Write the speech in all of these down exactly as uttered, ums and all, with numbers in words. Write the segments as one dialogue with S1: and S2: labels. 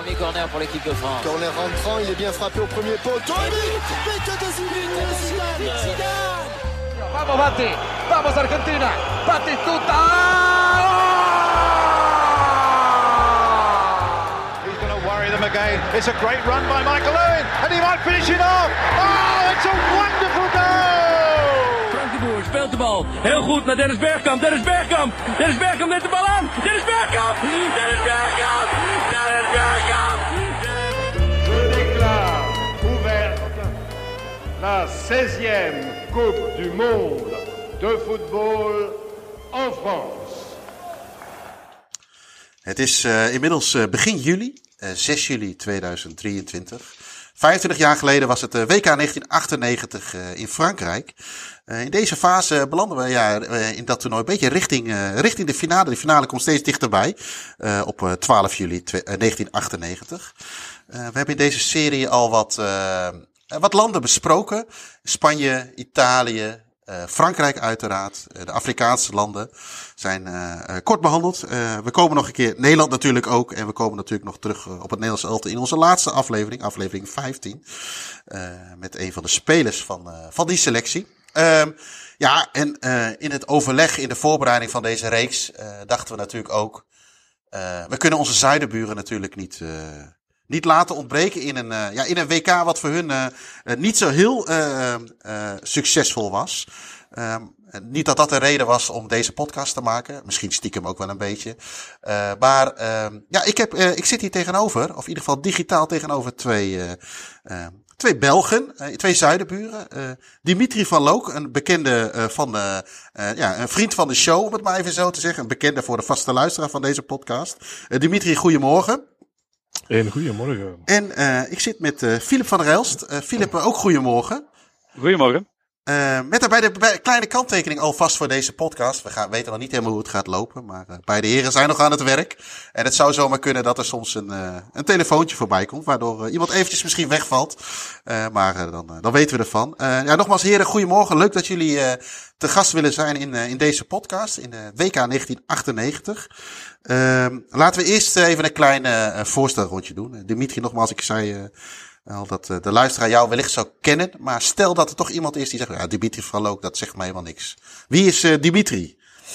S1: Premier corner pour l'équipe de France.
S2: Corner rentrant, il est bien frappé au premier poteau. But de Zidane. Zidane.
S3: Vamos Batti, vamos Argentina, Batistuta!
S4: He's going to worry them again. It's a great run by Michael Owen, and he might finish it off. Oh, it's a wonderful goal!
S5: Frank de Boer speelt de bal. Heel goed naar Dennis Bergkamp. Dennis Bergkamp. Dennis Bergkamp neemt de bal aan. Dennis Bergkamp. Dennis Bergkamp. Dennis Bergkamp.
S6: Je déclare ouverte la seizième Coupe du Monde de football en France.
S7: Het is uh, inmiddels uh, begin juli, uh, zes juli tweeduizend drieëntwintig. vijfentwintig jaar geleden was het uh, W K negentien achtennegentig uh, in Frankrijk. Uh, in deze fase belanden we ja, uh, in dat toernooi een beetje richting, uh, richting de finale. De finale komt steeds dichterbij uh, op uh, twaalf juli negentien achtennegentig. Uh, we hebben in deze serie al wat, uh, wat landen besproken. Spanje, Italië, uh, Frankrijk uiteraard. Uh, de Afrikaanse landen zijn uh, uh, kort behandeld. Uh, we komen nog een keer, Nederland natuurlijk ook. En we komen natuurlijk nog terug uh, op het Nederlandse elftal in onze laatste aflevering, aflevering vijftien. Uh, met een van de spelers van, uh, van die selectie. Uh, ja, en uh, in het overleg, in de voorbereiding van deze reeks, uh, dachten we natuurlijk ook, uh, we kunnen onze zuidenburen natuurlijk niet, uh, niet laten ontbreken in een, uh, ja, in een W K wat voor hun uh, uh, niet zo heel uh, uh, succesvol was. Uh, niet dat dat de reden was om deze podcast te maken. Misschien stiekem ook wel een beetje. Uh, maar uh, ja, ik, heb, uh, ik zit hier tegenover, of in ieder geval digitaal tegenover twee... Uh, uh, Twee Belgen, uh, twee zuidenburen. Uh, Dimitri van Look, een bekende uh, van de, uh, ja, een vriend van de show, om het maar even zo te zeggen. Een bekende voor de vaste luisteraar van deze podcast. Uh, Dimitri, goedemorgen.
S8: Een goedemorgen.
S7: En uh, ik zit met uh, Philip van der Elst. Uh, Philip, uh, ook goedemorgen.
S9: Goedemorgen.
S7: Uh, met daarbij de bij, kleine kanttekening alvast voor deze podcast. We gaan, weten nog niet helemaal hoe het gaat lopen, maar uh, beide heren zijn nog aan het werk. En het zou zomaar kunnen dat er soms een, uh, een telefoontje voorbij komt, waardoor uh, iemand eventjes misschien wegvalt. Uh, maar uh, dan, uh, dan weten we ervan. Uh, ja, nogmaals heren, goedemorgen. Leuk dat jullie uh, te gast willen zijn in, uh, in deze podcast, in de W K negentien achtennegentig. Uh, laten we eerst even een klein uh, voorstelrondje doen. Uh, Dimitri, nogmaals, ik zei... Uh, Wel dat de luisteraar jou wellicht zou kennen, maar stel dat er toch iemand is die zegt, ja, Dimitri van Look, dat zegt mij helemaal niks. Wie is uh, Dimitri?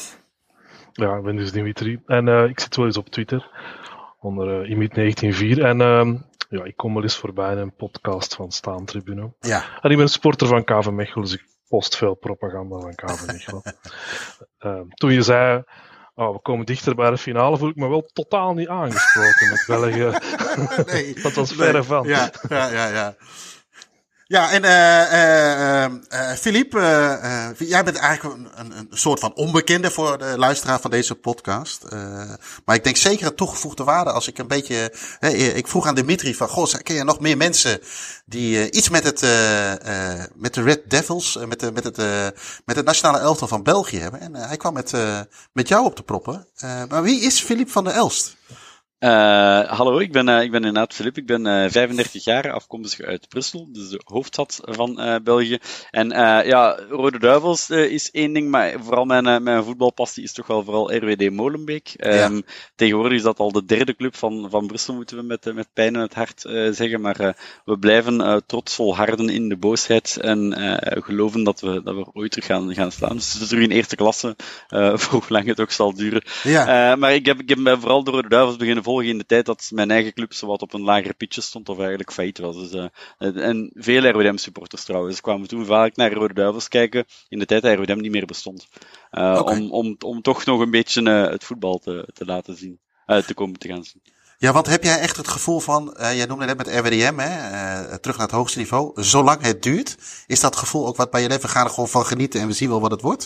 S8: Ja, ik ben dus Dimitri en uh, ik zit wel eens op Twitter onder uh, Imit negentien vier en uh, ja, ik kom wel eens voorbij in een podcast van Staantribune.
S7: Ja.
S8: En ik ben sporter van K V Mechelen, dus ik post veel propaganda van K V Mechelen. uh, toen je zei... Oh, we komen dichter bij de finale, voel ik me wel totaal niet aangesproken met België.
S7: Nee,
S8: dat was verre
S7: nee.
S8: van.
S7: Ja, ja, ja. Ja, ja en uh, uh, uh, Philippe, uh, uh, jij bent eigenlijk een, een, een soort van onbekende voor de luisteraar van deze podcast. Uh, maar ik denk zeker een toegevoegde waarde als ik een beetje... Hey, ik vroeg aan Dimitri van, goh, ken je nog meer mensen die uh, iets met het, uh, uh, met de Red Devils, uh, met, de, met, het, uh, met het nationale elftal van België hebben. En uh, hij kwam met, uh, met jou op de proppen. Uh, maar wie is Philippe van der Elst?
S9: Uh, hallo, ik ben, uh, ik ben inderdaad Philippe. Ik ben uh, vijfendertig jaar, afkomstig uit Brussel, dus de hoofdstad van uh, België. En uh, ja, Rode Duivels uh, is één ding, maar vooral mijn, uh, mijn voetbalpassie is toch wel vooral R W D Molenbeek. Um, ja. Tegenwoordig is dat al de derde club van, van Brussel, moeten we met, met pijn in het hart uh, zeggen. Maar uh, we blijven uh, trots volharden in de boosheid en uh, geloven dat we, dat we ooit terug gaan, gaan staan. Dus het is terug in eerste klasse, uh, voor hoe lang het ook zal duren. Ja. Uh, maar ik heb, ik heb vooral de Rode Duivels beginnen in de tijd dat mijn eigen club zo wat op een lagere pitje stond of eigenlijk failliet was. Dus, uh, en veel R W D M-supporters trouwens kwamen toen vaak naar Rode Duivels kijken in de tijd dat R W D M niet meer bestond. Uh, okay. om, om, om toch nog een beetje uh, het voetbal te, te laten zien, uh, te komen te gaan zien.
S7: Ja, want heb jij echt het gevoel van, uh, jij noemde net met R W D M, hè, uh, terug naar het hoogste niveau, zolang het duurt, is dat gevoel ook wat bij je leven? We gaan er gewoon van genieten en we zien wel wat het wordt?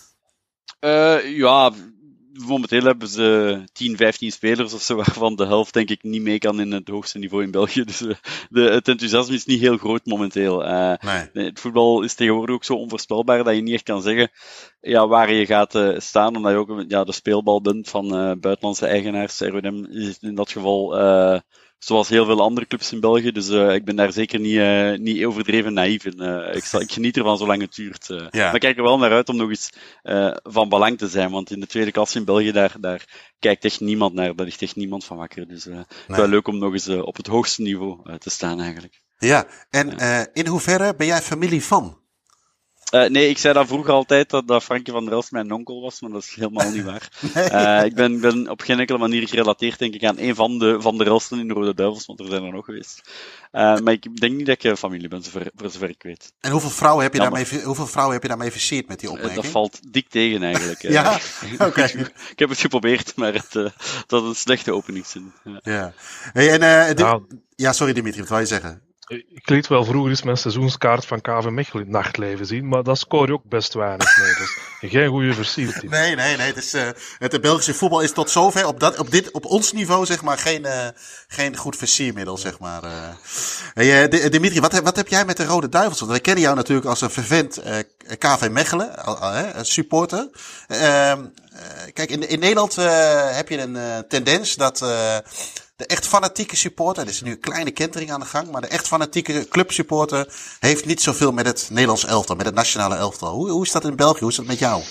S9: Uh, ja... Momenteel hebben ze tien, vijftien spelers of zo, waarvan de helft denk ik niet mee kan in het hoogste niveau in België. Dus uh, de, het enthousiasme is niet heel groot momenteel. Uh, nee. Het voetbal is tegenwoordig ook zo onvoorspelbaar dat je niet echt kan zeggen ja, waar je gaat uh, staan, omdat je ook ja, de speelbal bent van uh, buitenlandse eigenaars. R W D M is in dat geval uh, zoals heel veel andere clubs in België. Dus uh, ik ben daar zeker niet, uh, niet overdreven naïef in. Uh, ik, zal, ik geniet ervan zolang het duurt. Uh. Ja. Maar ik kijk er wel naar uit om nog eens uh, van belang te zijn. Want in de tweede klasse in België, daar, daar kijkt echt niemand naar. Daar ligt echt niemand van wakker. Dus uh, nee. Het is wel leuk om nog eens uh, op het hoogste niveau uh, te staan eigenlijk.
S7: Ja, en ja. Uh, in hoeverre ben jij familie van?
S9: Uh, nee, ik zei dat vroeger altijd dat, dat Frankie van der Elst mijn onkel was, maar dat is helemaal niet waar. nee. uh, ik ben, ben op geen enkele manier gerelateerd, denk ik, aan een van de Van der Elsten in de Rode Duivels, want er zijn er nog geweest. Uh, maar ik denk niet dat ik familie ben, zover, voor zover ik weet.
S7: En hoeveel vrouwen heb je, daarmee, hoeveel vrouwen heb je daarmee versierd met die opmerking?
S9: Uh, dat valt dik tegen eigenlijk.
S7: ja? Oké. Okay.
S9: Ik heb het geprobeerd, maar het, uh, dat is een slechte openingszin. Ja.
S7: ja. Hey, en, uh, de... nou, ja, sorry Dimitri, wat wil je zeggen?
S8: Ik liet wel vroeger eens mijn seizoenskaart van K V Mechelen in het nachtleven zien, maar dat scoor je ook best weinig mee. Dus geen goede versiertip.
S7: Nee, nee, nee. Het, is, uh, het Belgische voetbal is tot zover op, dat, op, dit, op ons niveau zeg maar geen, uh, geen goed versiermiddel. Zeg maar. Uh. Hey, uh, Dimitri, wat, wat heb jij met de Rode Duivels? Want wij kennen jou natuurlijk als een fervent uh, K V Mechelen uh, uh, supporter. Uh, uh, kijk, in, in Nederland uh, heb je een uh, tendens dat... Uh, De echt fanatieke supporter, er is nu een kleine kentering aan de gang, maar de echt fanatieke clubsupporter heeft niet zoveel met het Nederlands elftal, met het nationale elftal. Hoe, hoe is dat in België? Hoe is dat met jou?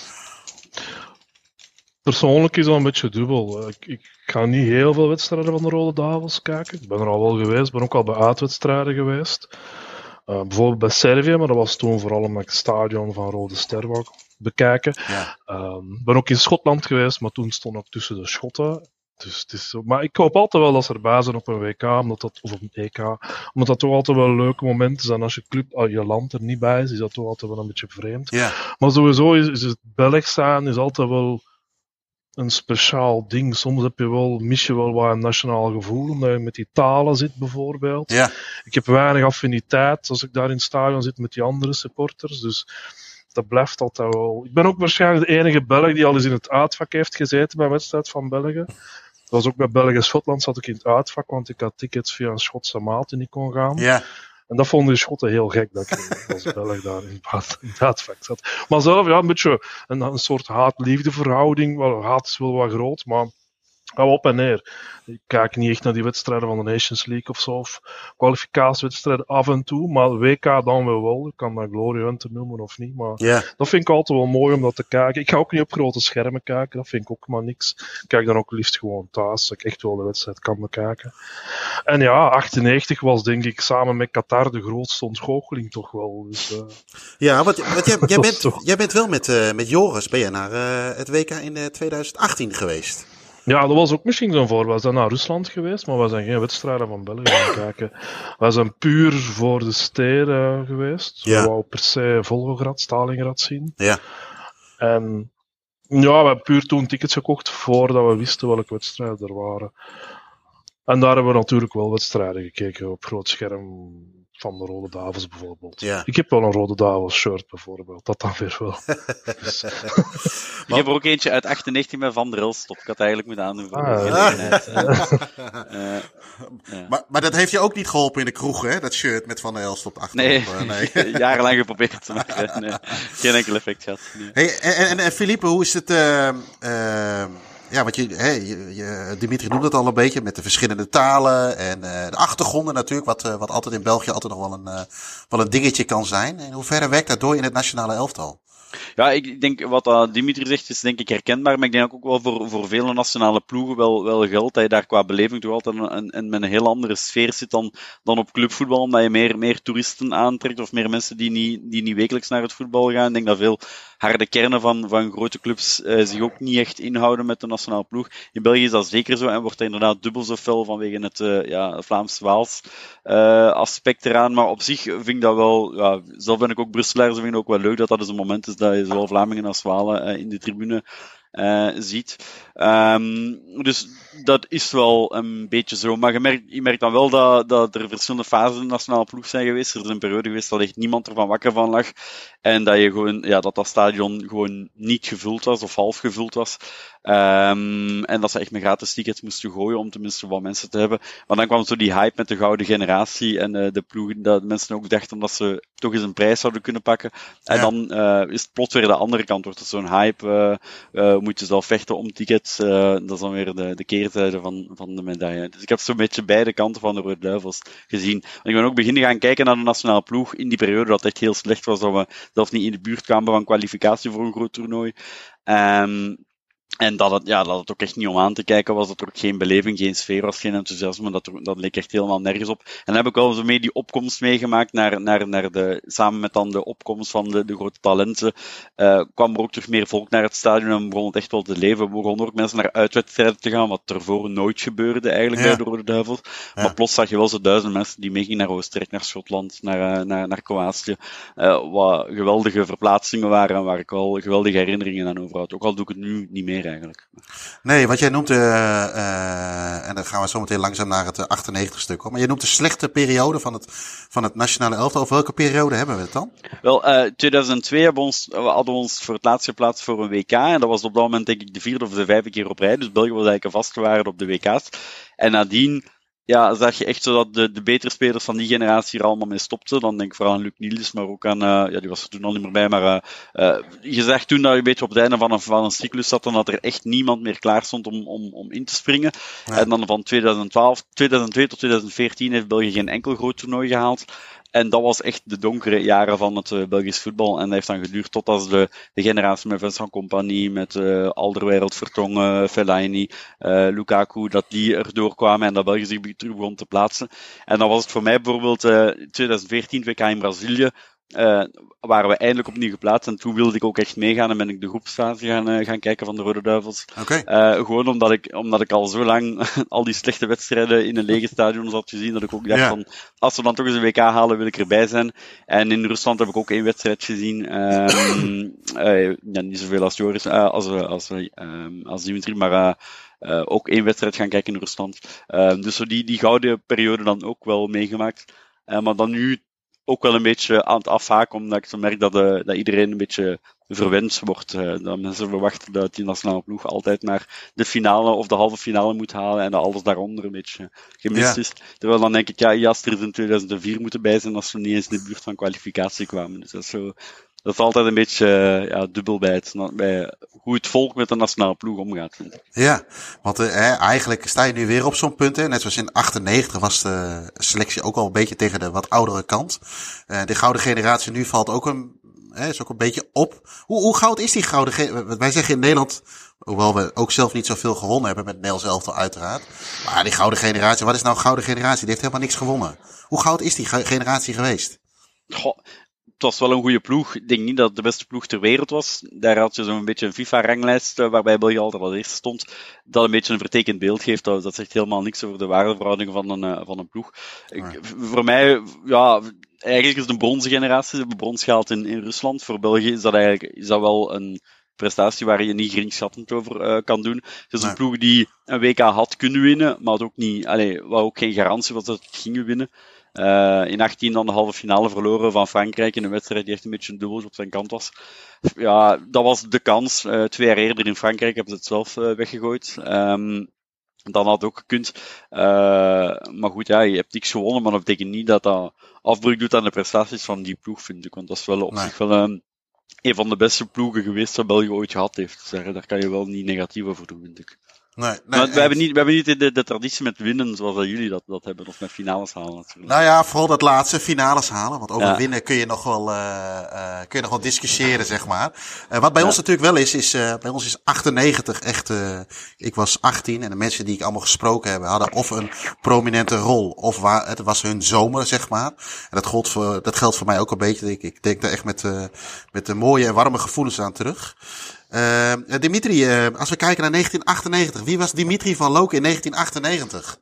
S8: Persoonlijk is dat een beetje dubbel. Ik, ik ga niet heel veel wedstrijden van de Rode Duivels kijken. Ik ben er al wel geweest, ben ook al bij uitwedstrijden geweest. Uh, bijvoorbeeld bij Servië, maar dat was toen vooral omdat ik het stadion van Rode Ster wou bekijken.
S7: Ja.
S8: Uh, ben ook in Schotland geweest, maar toen stond ik tussen de Schotten. Dus het is zo. Maar ik hoop altijd wel dat ze erbij zijn op een W K, omdat dat, of op een E K, omdat dat toch altijd wel leuke momenten zijn. Als je club, als je land er niet bij is, is dat toch altijd wel een beetje vreemd.
S7: Ja.
S8: Maar sowieso is, is het Belgisch zijn is altijd wel een speciaal ding. Soms heb je wel, mis je wel wat een nationaal gevoel, omdat je met die talen zit bijvoorbeeld.
S7: Ja.
S8: Ik heb weinig affiniteit als ik daar in het stadion zit met die andere supporters, dus dat blijft altijd wel. Ik ben ook waarschijnlijk de enige Belg die al eens in het uitvak heeft gezeten bij een wedstrijd van België. Dat was ook bij België-Schotland, zat ik in het uitvak, want ik had tickets via een Schotse maat die niet kon gaan.
S7: Ja.
S8: En dat vonden de Schotten heel gek, dat ik als Belg daar in het uitvak zat. Maar zelf, ja, een beetje een, een soort haat-liefde verhouding. Wel, haat is wel wat groot, maar ga op en neer. Ik kijk niet echt naar die wedstrijden van de Nations League of zo, of kwalificatiewedstrijden af en toe, maar W K dan wel wel. Ik kan dat Glory Hunter noemen of niet, maar
S7: yeah.
S8: Dat vind ik altijd wel mooi om dat te kijken. Ik ga ook niet op grote schermen kijken, dat vind ik ook maar niks. Ik kijk dan ook liefst gewoon thuis, dat ik echt wel de wedstrijd kan bekijken. En ja, achtennegentig was denk ik samen met Qatar de grootste ontgoocheling toch wel. Dus, uh,
S7: ja, want, want jij, jij, bent, jij bent wel met, uh, met Joris ben je naar uh, het W K in uh, twintig achttien geweest.
S8: Ja, dat was ook misschien zo'n voorbeeld. We zijn naar Rusland geweest, maar we zijn geen wedstrijden van België gaan kijken. We zijn puur voor de steden geweest.
S7: Ja.
S8: We wouden per se Volgograd, Stalingrad zien.
S7: Ja.
S8: En ja, we hebben puur toen tickets gekocht voordat we wisten welke wedstrijden er waren. En daar hebben we natuurlijk wel wedstrijden gekeken op groot scherm van de Rode Duivels bijvoorbeeld.
S7: Ja.
S8: Ik heb wel een Rode Duivels shirt bijvoorbeeld, dat dan weer wel. Dus.
S9: Ik heb er ook eentje uit achtennegentig met Van der Elst op. Ik had eigenlijk moeten aandoen voor
S7: ah,
S9: de gelegenheid. Uh, uh,
S7: ja. maar, maar dat heeft je ook niet geholpen in de kroeg, hè? Dat shirt met Van der Elst op de achtergrond.
S9: Nee,
S7: nee.
S9: jarenlang geprobeerd, maar uh, nee, geen enkel effect gehad. Nee.
S7: Hey, en, en, en Philippe, hoe is het... Uh, uh, Ja, want je, hey, je, je, Dimitri noemde het al een beetje met de verschillende talen en uh, de achtergronden natuurlijk, wat, uh, wat altijd in België altijd nog wel een, uh, wel een dingetje kan zijn. In hoeverre werkt dat door in het nationale elftal?
S9: Ja, ik denk wat uh, Dimitri zegt is denk ik herkenbaar, maar ik denk ook wel voor, voor vele nationale ploegen wel, wel geldt dat je daar qua beleving toch altijd een, een, een, met een heel andere sfeer zit dan, dan op clubvoetbal, omdat je meer, meer toeristen aantrekt of meer mensen die niet, die niet wekelijks naar het voetbal gaan. Ik denk dat veel harde kernen van, van grote clubs uh, zich ook niet echt inhouden met de nationale ploeg. In België is dat zeker zo en wordt er inderdaad dubbel zo fel vanwege het uh, ja, Vlaams-Waals uh, aspect eraan, maar op zich vind ik dat wel, ja, zelf ben ik ook Brusselaar, dus vind ik het ook wel leuk dat dat dus een moment is dat je zowel Vlamingen als Walen uh, in de tribune uh, ziet. Um, dus dat is wel een beetje zo. Maar je merkt, je merkt dan wel dat, dat er verschillende fases in de nationale ploeg zijn geweest. Er is een periode geweest dat echt niemand ervan wakker van lag. En dat je gewoon, ja, dat dat stadion gewoon niet gevuld was of half gevuld was. Um, en dat ze echt met gratis tickets moesten gooien om tenminste wat mensen te hebben. Maar dan kwam zo die hype met de gouden generatie en uh, de ploegen dat mensen ook dachten dat ze toch eens een prijs zouden kunnen pakken. En ja. dan uh, is het plots weer de andere kant. Wordt het zo'n hype, uh, uh, moeten zelf vechten om tickets. Uh, dat is dan weer de, de keerzijde van, van de medaille. Dus ik heb zo'n beetje beide kanten van de Rode Duivels gezien. Want ik ben ook beginnen gaan kijken naar de nationale ploeg in die periode dat het echt heel slecht was, dat we zelfs niet in de buurt kwamen van kwalificatie voor een groot toernooi. Um, En dat het, ja, dat het ook echt niet om aan te kijken was, dat er ook geen beleving, geen sfeer was, geen enthousiasme, dat, er, dat leek echt helemaal nergens op. En dan heb ik wel zo mee die opkomst meegemaakt, naar, naar, naar de, samen met dan de opkomst van de, de grote talenten, uh, kwam er ook terug meer volk naar het stadion en begon het echt wel te leven. We begonnen ook mensen naar uitwedstrijden te gaan, wat ervoor nooit gebeurde eigenlijk ja. bij de Rode Duivels. Ja. Maar plots zag je wel zo duizend mensen die meegingen naar Oostenrijk, naar Schotland, naar, uh, naar, naar Kroatië, uh, wat geweldige verplaatsingen waren, waar ik wel geweldige herinneringen aan overhoud. Ook al doe ik het nu niet meer eigenlijk.
S7: Nee, wat jij noemt, uh, uh, en dan gaan we zo meteen langzaam naar het achtennegentig stuk, maar je noemt de slechte periode van het, van het nationale elftal. Over welke periode hebben we het dan?
S9: Wel, uh, tweeduizend twee hebben we, ons, we hadden we ons voor het laatst geplaatst voor een W K, en dat was op dat moment denk ik de vierde of de vijfde keer op rij, dus België was eigenlijk een vastgewaarde op de W K's. En nadien ja, zag je echt zo dat de, de betere spelers van die generatie er allemaal mee stopten. Dan denk ik vooral aan Luc Niels, maar ook aan, uh, ja, die was er toen al niet meer bij, maar uh, uh, je zag toen dat je een beetje op het einde van een, van een cyclus zat, en dat er echt niemand meer klaar stond om, om, om in te springen. Ja. En dan van tweeduizend twaalf, tweeduizend twee tot tweeduizend veertien heeft België geen enkel groot toernooi gehaald. En dat was echt de donkere jaren van het uh, Belgisch voetbal. En dat heeft dan geduurd tot als de, de generatie met Vincent Kompany, met uh, Alderweireld, Vertongen, Fellaini, uh, Lukaku, dat die erdoor kwamen en dat België zich terug begon te plaatsen. En dan was het voor mij bijvoorbeeld uh, tweeduizend veertien, W K in Brazilië, uh, waren we eindelijk opnieuw geplaatst. En toen wilde ik ook echt meegaan en ben ik de groepsfase gaan, uh, gaan kijken van de Rode Duivels.
S7: Okay.
S9: Uh, gewoon omdat ik, omdat ik al zo lang al die slechte wedstrijden in een lege stadion had gezien, dat ik ook dacht ja. van, als we dan toch eens een W K halen, wil ik erbij zijn. En in Rusland heb ik ook één wedstrijd gezien. Um, uh, ja, niet zoveel als Joris, uh, als, uh, als, uh, um, als Dimitri, maar uh, uh, ook één wedstrijd gaan kijken in Rusland. Uh, dus zo die, die gouden periode dan ook wel meegemaakt. Uh, maar dan nu ook wel een beetje aan het afhaken, omdat ik zo merk dat, uh, dat iedereen een beetje verwend wordt. Uh, dat mensen verwachten dat die nationale ploeg altijd maar de finale of de halve finale moet halen en dat alles daaronder een beetje gemist ja. is. Terwijl dan denk ik, ja, Jas er is in tweeduizend vier moeten bij zijn als we niet eens in de buurt van kwalificatie kwamen. Dus dat is zo... Dat is altijd een beetje ja, dubbel bij, het, bij hoe het volk met de nationale ploeg omgaat, vind ik.
S7: Ja, want uh, eigenlijk sta je nu weer op zo'n punt. Hè? Net zoals in achtennegentig was de selectie ook al een beetje tegen de wat oudere kant. Uh, de gouden generatie nu valt ook een, hè, is ook een beetje op. Hoe, hoe goud is die gouden generatie? Wij zeggen in Nederland, hoewel we ook zelf niet zoveel gewonnen hebben met Nederlands elftal uiteraard. Maar die gouden generatie, wat is nou een gouden generatie? Die heeft helemaal niks gewonnen. Hoe goud is die generatie geweest?
S9: Goh. Het was wel een goede ploeg. Ik denk niet dat het de beste ploeg ter wereld was. Daar had je zo'n beetje een FIFA-ranglijst, waarbij België altijd als eerste stond, dat een beetje een vertekend beeld geeft. Dat, dat zegt helemaal niks over de waardeverhoudingen van een, uh, van een ploeg. Ik, voor mij, ja, eigenlijk is het een bronzen generatie. Ze hebben brons gehaald in, in Rusland. Voor België is dat eigenlijk is dat wel een prestatie waar je niet geringschattend over uh, kan doen. Het is een nee. ploeg die een W K had kunnen winnen, maar het ook niet, allee, wat ook geen garantie was dat het gingen winnen. Uh, in achttien dan de halve finale verloren van Frankrijk in een wedstrijd die echt een beetje dubbel op zijn kant was. Ja, dat was de kans. Uh, twee jaar eerder in Frankrijk hebben ze het zelf uh, weggegooid. Um, dan had het ook gekund. Uh, maar goed, ja, je hebt niks gewonnen, maar dat betekent niet dat dat afbreuk doet aan de prestaties van die ploeg, vind ik. Want dat is wel op nee. zich wel um, een van de beste ploegen geweest dat België ooit gehad heeft. Dus daar kan je wel niet negatief over doen, vind ik.
S7: Nee, nee,
S9: maar we, hebben niet, we hebben niet de, de traditie met winnen zoals dat jullie dat, dat hebben, of met finales halen natuurlijk.
S7: Nou ja, vooral dat laatste, finales halen. Want over ja. winnen kun je nog wel, uh, uh, kun je nog wel discussiëren, zeg maar. Uh, wat bij ja. ons natuurlijk wel is, is uh, bij ons is achtennegentig echt, uh, ik was achttien en de mensen die ik allemaal gesproken heb, hadden of een prominente rol, of waar, het was hun zomer, zeg maar. En dat geldt voor, dat geldt voor mij ook een beetje. Ik, ik denk daar echt met, uh, met de mooie en warme gevoelens aan terug. Uh, Dimitri, uh, als we kijken naar negentien achtennegentig, wie was Dimitri van Loken in negentien achtennegentig?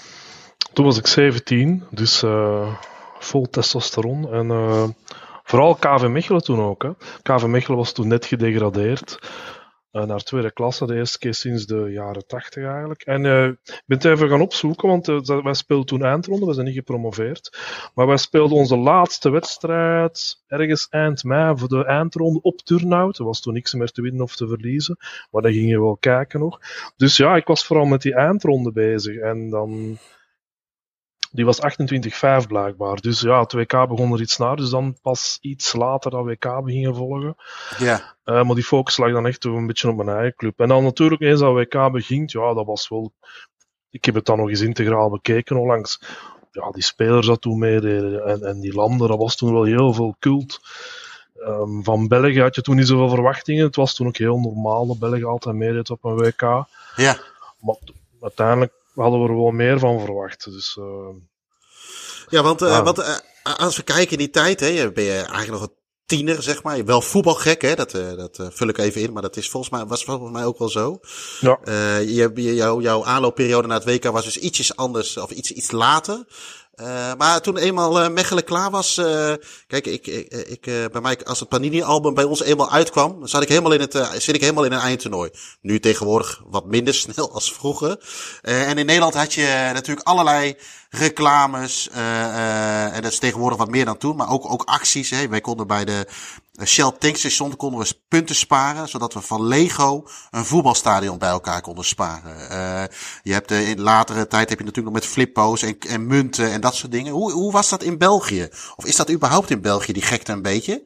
S8: Toen was ik zeventien, dus uh, vol testosteron. En uh, vooral K V Mechelen toen ook. Hè. K V Mechelen was toen net gedegradeerd uh, naar tweede klasse, de eerste keer sinds de jaren tachtig eigenlijk. En uh, ik ben het even gaan opzoeken, want uh, wij speelden toen eindronde, we zijn niet gepromoveerd. Maar wij speelden onze laatste wedstrijd ergens eind mei voor de eindronde op Turnhout. Er was toen niks meer te winnen of te verliezen, maar dan ging je wel kijken nog. Dus ja, ik was vooral met die eindronde bezig. En dan Die was achtentwintig vijf blijkbaar. Dus ja, het W K begon er iets na. Dus dan pas iets later dat W K gingen volgen.
S7: Ja.
S8: Uh, maar die focus lag dan echt een beetje op mijn eigen club. En dan natuurlijk eens dat W K begint, ja, dat was wel... Ik heb het dan nog eens integraal bekeken onlangs. Ja, die spelers dat toen meededen en, en die landen, dat was toen wel heel veel cult. Um, van België had je toen niet zoveel verwachtingen. Het was toen ook heel normaal dat België altijd meedeed op een W K.
S7: Ja.
S8: Maar uiteindelijk hadden we er wel meer van verwacht. Dus, uh,
S7: ja, want, uh,
S8: ja.
S7: want uh, als we kijken in die tijd, hè, ben je eigenlijk nog een tiener, zeg maar. Je wel voetbalgek, hè? Dat, uh, dat uh, vul ik even in, maar dat is volgens mij, was volgens mij ook wel zo.
S8: Ja.
S7: Uh, je, je, jou, jouw aanloopperiode naar het W K was dus ietsjes anders, of iets, iets later. Uh, maar toen eenmaal uh, Mechelen klaar was, uh, kijk, ik, ik, ik uh, bij mij, als het Panini-album bij ons eenmaal uitkwam, dan zat ik helemaal in het, uh, zit ik helemaal in een eindtoernooi. Nu tegenwoordig wat minder snel als vroeger. Uh, en in Nederland had je uh, natuurlijk allerlei reclames, uh, uh, en dat is tegenwoordig wat meer dan toen, maar ook, ook acties, hè. Wij konden bij de Shell tankstation konden we punten sparen, zodat we van Lego een voetbalstadion bij elkaar konden sparen. Uh, je hebt uh, in latere tijd heb je natuurlijk nog met flippo's en, en munten en dat soort dingen. Hoe, hoe was dat in België? Of is dat überhaupt in België, die gekte een beetje?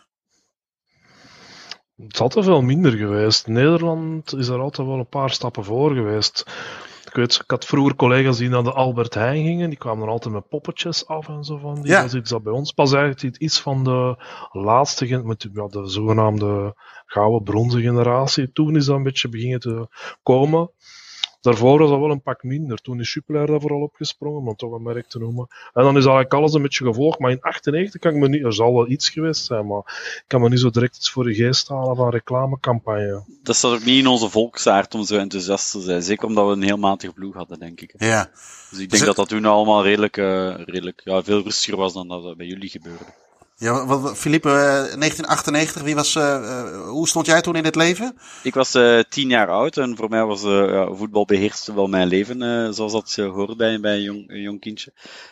S8: Het is altijd veel minder geweest. Nederland is er altijd wel een paar stappen voor geweest. Ik weet, ik had vroeger collega's die naar de Albert Heijn gingen, die kwamen er altijd met poppetjes af en zo van. Die,
S7: ja.
S8: Dat is iets dat bij ons pas eigenlijk iets van de laatste, met ja, de zogenaamde gouden bronzen generatie. Toen is dat een beetje beginnen te komen. Daarvoor was dat wel een pak minder. Toen is Jupiler daar vooral opgesprongen, om toch een merk te noemen. En dan is eigenlijk alles een beetje gevolgd. Maar in achtennegentig kan ik me niet... Er zal wel iets geweest zijn, maar ik kan me niet zo direct iets voor de geest halen van reclamecampagne.
S9: Dat staat ook niet in onze volksaard om zo enthousiast te zijn. Zeker omdat we een heel matige ploeg hadden, denk ik.
S7: Ja.
S9: Dus ik denk dat dat toen allemaal redelijk, uh, redelijk ja, veel rustiger was dan dat dat bij jullie gebeurde.
S7: Ja, wat, Philippe, uh, negentien achtennegentig, wie was, uh, uh, hoe stond jij toen in het leven?
S9: Ik was uh, tien jaar oud en voor mij was uh, ja, voetbal beheerste wel mijn leven, uh, zoals dat uh, hoort bij, bij een jong, een jong kindje.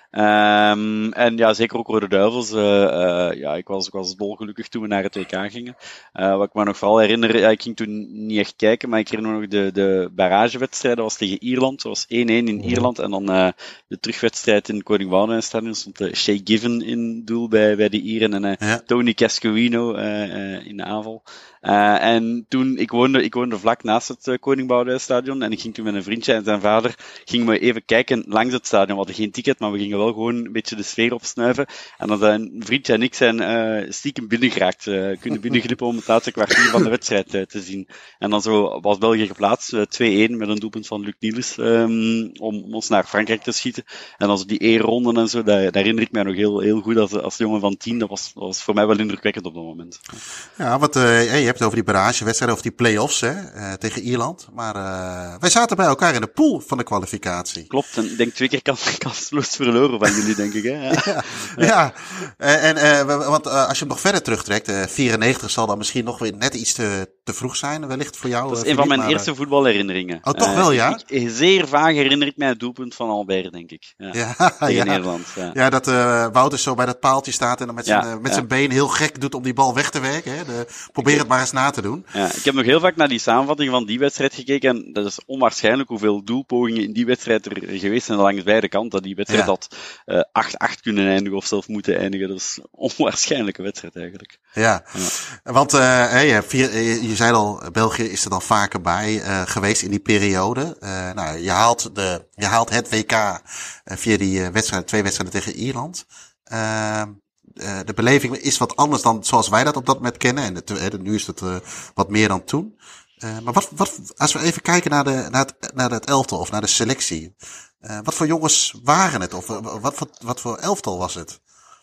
S9: Um, en ja, zeker ook Rode Duivels. Uh, uh, ja, ik was, ik was dolgelukkig toen we naar het W K gingen. Uh, wat ik me nog vooral herinner, ja, ik ging toen niet echt kijken, maar ik herinner me nog de, de barragewedstrijd, dat was tegen Ierland. Dat was één-één in Ierland. En dan uh, de terugwedstrijd in het Koning Boudewijn-stadion stond uh, Shay Given in doel bij, bij de Ieren en uh, ja. Tony Cascarino uh, uh, in de aanval. Uh, en toen, ik woonde, ik woonde vlak naast het uh, Koning Boudewijn-stadion en ik ging toen met een vriendje en zijn vader, gingen we even kijken langs het stadion. We hadden geen ticket, maar we gingen wel gewoon een beetje de sfeer opsnuiven. En dan zijn vriendje en ik zijn uh, stiekem binnengeraakt, uh, kunnen binnenglippen om het laatste kwartier van de wedstrijd uh, te zien. En dan zo was België geplaatst, uh, twee-één met een doelpunt van Luc Niels, um, om ons naar Frankrijk te schieten. En dan zo die E-ronden en zo, daar, daar herinner ik mij nog heel, heel goed als, als jongen van tien. Dat was, dat was voor mij wel indrukwekkend op dat moment.
S7: Ja, wat uh, je hebt over die barragewedstrijd, over die play-offs hè, uh, tegen Ierland. Maar uh, wij zaten bij elkaar in de pool van de kwalificatie.
S9: Klopt, en ik denk twee keer kans, kansloos verloren van jullie, denk ik. Hè? Ja,
S7: ja, ja. Uh, en uh, want uh, als je hem nog verder terugtrekt, uh, vierennegentig zal dan misschien nog weer net iets te, te vroeg zijn, wellicht voor jou.
S9: Dat is
S7: uh,
S9: een van mijn
S7: maar,
S9: eerste voetbalherinneringen.
S7: Oh, toch uh, wel, ja?
S9: Ik, zeer vaag herinner ik mij het doelpunt van Albert, denk ik. Ja,
S7: ja,
S9: tegen
S7: ja.
S9: Nederland. Ja,
S7: ja dat uh, Wouter zo bij dat paaltje staat en dan met zijn, ja, uh, met ja. zijn been heel gek doet om die bal weg te werken. Hè? De, probeer ik, het maar eens na te doen.
S9: Ja, ik heb nog heel vaak naar die samenvatting van die wedstrijd gekeken en dat is onwaarschijnlijk hoeveel doelpogingen in die wedstrijd er geweest zijn langs beide kanten. Die wedstrijd ja. had uh, acht acht kunnen eindigen of zelfs moeten eindigen. Dat is een onwaarschijnlijke wedstrijd eigenlijk.
S7: Ja, ja. want uh, je, vier, je, je zei al, België is er dan vaker bij uh, geweest in die periode. Uh, nou, je haalt, de, je haalt het W K uh, via die uh, wedstrijden, twee wedstrijden tegen Ierland. Uh, Uh, de beleving is wat anders dan zoals wij dat op dat moment kennen. En het, uh, nu is het uh, wat meer dan toen. Uh, maar wat, wat, als we even kijken naar, de, naar, het, naar het elftal of naar de selectie. Uh, wat voor jongens waren het? Of uh, wat, wat, wat voor elftal was het?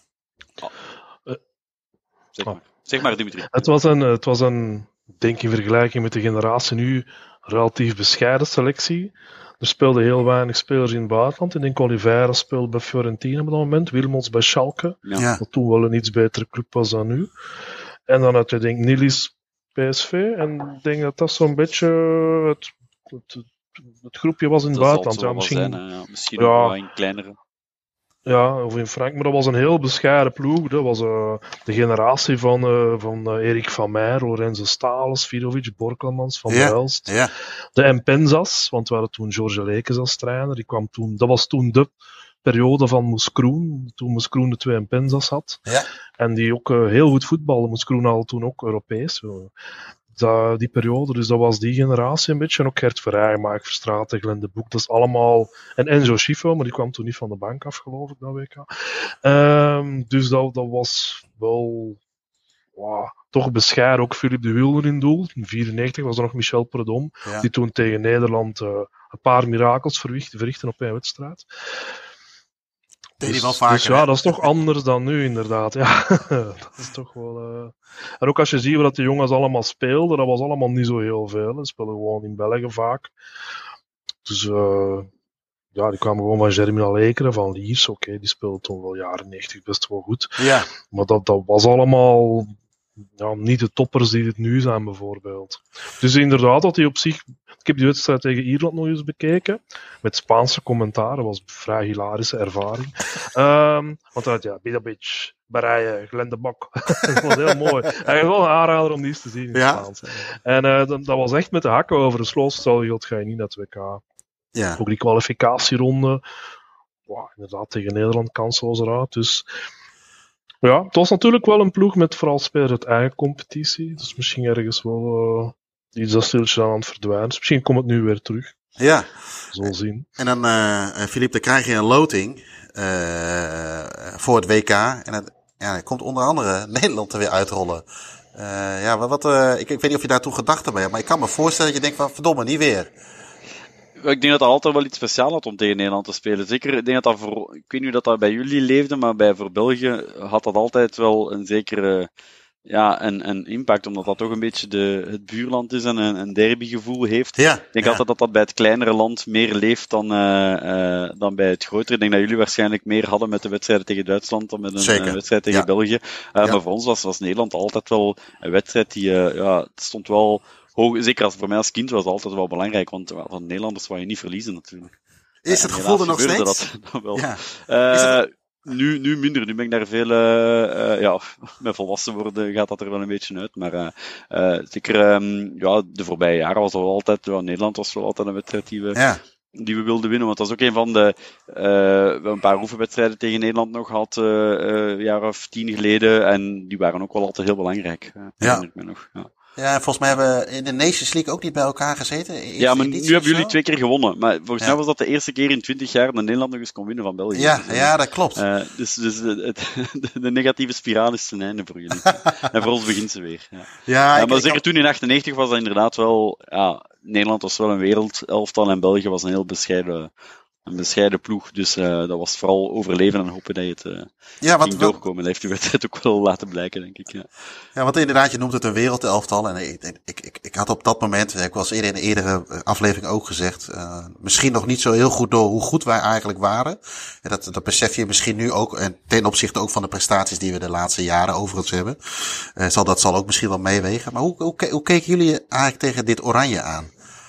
S9: Oh. Uh, zeg maar, zeg maar Dimitri.
S8: Het was een, het was een, denk in vergelijking met de generatie nu, relatief bescheiden selectie. Er speelden heel weinig spelers in het buitenland. Ik denk Oliveira speelde bij Fiorentina op dat moment. Wilmots bij Schalke. Ja. Wat toen wel een iets betere club was dan nu. En dan had je denk Nilis P S V. En ik denk dat dat zo'n beetje het, het, het, het groepje was in het buitenland.
S9: Ja,
S8: misschien
S9: zijn, ja, misschien ja, ook wel een kleinere.
S8: Ja, of in Frankrijk. Maar dat was een heel bescheiden ploeg. Dat was uh, de generatie van, uh, van uh, Erik van Meijer, Lorenzo Stales, Vidovic, Borkelmans, Van
S7: ja,
S8: der Elst.
S7: Ja.
S8: De Mpenzas, want we hadden toen George Lekes als trainer. Die kwam toen, dat was toen de periode van Moeskroen, toen Moeskroen de twee in Penzas had.
S7: Ja.
S8: En die ook uh, heel goed voetbalde. Moeskroen al toen ook Europees. Dat, die periode, dus dat was die generatie een beetje. En ook Gert Verheij, Mike Verstraeten, Glenn de Boek, dat is allemaal... En Enzo Schifo, maar die kwam toen niet van de bank af, geloof ik, dat W K. Um, dus dat, dat was wel... Wow, toch bescheiden. Ook Philippe de Wilder in doel. In vierennegentig was er nog Michel Predom, ja. die toen tegen Nederland uh, een paar mirakels verricht, verrichten op één wedstrijd.
S7: Deed
S8: dus,
S7: hij wel vaker,
S8: dus ja, dat is toch anders dan nu, inderdaad. Ja, dat is toch wel... Uh... En ook als je ziet wat de jongens allemaal speelden, dat was allemaal niet zo heel veel. Ze speelden gewoon in België vaak. Dus uh, ja, die kwamen gewoon van Germinal Ekeren, van Liers. Oké, okay, die speelden toen wel jaren negentig best wel goed.
S7: Ja.
S8: Maar dat, dat was allemaal... Ja, niet de toppers die het nu zijn, bijvoorbeeld. Dus inderdaad, dat hij op zich... Ik heb die wedstrijd tegen Ierland nog eens bekeken. Met Spaanse commentaren. Dat was een vrij hilarische ervaring. um, want uit, ja, Bidabic, Baraje, Glenn de Bok. Dat was heel mooi. Hij is wel een aanrader om die eens te zien in het
S7: ja.
S8: Spaans. En uh, dat, dat was echt met de hakken over de sloot. Stel je ga je niet naar het W K.
S7: Ja. Ook
S8: die kwalificatieronde. Wow, inderdaad, tegen Nederland kansloos eruit. Dus... Ja, het was natuurlijk wel een ploeg met vooral spelers uit eigen competitie. Dus misschien ergens wel uh, iets dat stiltjes aan het verdwijnen. Dus misschien komt het nu weer terug.
S7: Ja.
S8: Zo zien.
S7: En dan, uh, Philippe, dan krijg je een loting uh, voor het W K. En het, ja, er komt onder andere Nederland er weer uitrollen. Uh, ja, wat, wat, uh, ik, ik weet niet of je daartoe gedacht hebt, maar ik kan me voorstellen dat je denkt van, verdomme, niet weer.
S9: Ik denk dat dat altijd wel iets speciaals had om tegen Nederland te spelen. Zeker, ik denk dat dat voor, ik weet niet hoe dat, dat bij jullie leefde, maar bij voor België had dat altijd wel een zekere, ja, een, een impact, omdat dat toch een beetje de, het buurland is en een, een derbygevoel heeft.
S7: Ja,
S9: ik denk
S7: ja.
S9: altijd dat dat bij het kleinere land meer leeft dan, uh, uh, dan bij het grotere. Ik denk dat jullie waarschijnlijk meer hadden met de wedstrijden tegen Duitsland dan met een uh, wedstrijd tegen ja. België. Uh, ja. Maar voor ons was, was Nederland altijd wel een wedstrijd die, uh, ja, het stond wel... Hoog, zeker als voor mij als kind was het altijd wel belangrijk, want van Nederlanders wou je niet verliezen natuurlijk.
S7: Is het gevoel er nog steeds?
S9: Dat, dat wel.
S7: Ja.
S9: Uh, het... nu, nu minder, nu ben ik daar veel, uh, uh, ja, met volwassen worden gaat dat er wel een beetje uit, maar uh, uh, zeker, um, ja, de voorbije jaren was dat wel altijd, ja, Nederland was wel altijd een wedstrijd die we,
S7: ja.
S9: die we wilden winnen, want dat is ook een van de, uh, we hebben een paar oefenwedstrijden tegen Nederland nog gehad, uh, uh, een jaar of tien geleden, en die waren ook wel altijd heel belangrijk, uh,
S7: ja.
S9: ik me nog, ja.
S7: Ja, volgens mij hebben we in de Nations League ook niet bij elkaar gezeten. Eerste
S9: ja, maar nu hebben jullie
S7: zo?
S9: twee keer gewonnen. Maar volgens
S7: ja.
S9: mij was dat de eerste keer in twintig jaar dat Nederland nog eens kon winnen van België.
S7: Ja,
S9: dus,
S7: ja dat klopt.
S9: Uh, dus dus de, de, de negatieve spiraal is ten einde voor jullie. En voor ons begint ze weer. Ja,
S7: ja,
S9: ja
S7: ik,
S9: maar
S7: ik
S9: zeker
S7: kan...
S9: toen in achtennegentig was dat inderdaad wel... Ja, Nederland was wel een wereldelftal en België was een heel bescheiden... Een bescheiden ploeg, dus uh, dat was vooral overleven en hopen dat je het uh,
S7: ja, wat,
S9: ging doorkomen. Dat heeft de wedstrijd ook wel laten blijken, denk ik. Ja,
S7: ja want inderdaad, je noemt het een wereldelftal. En ik, ik, ik, ik had op dat moment, ik was eerder in een eerdere aflevering ook gezegd, uh, misschien nog niet zo heel goed door hoe goed wij eigenlijk waren. En dat, dat besef je misschien nu ook, en ten opzichte ook van de prestaties die we de laatste jaren overigens hebben. Uh, zal, dat zal ook misschien wel meewegen. Maar hoe, hoe, hoe keken jullie eigenlijk tegen dit Oranje aan?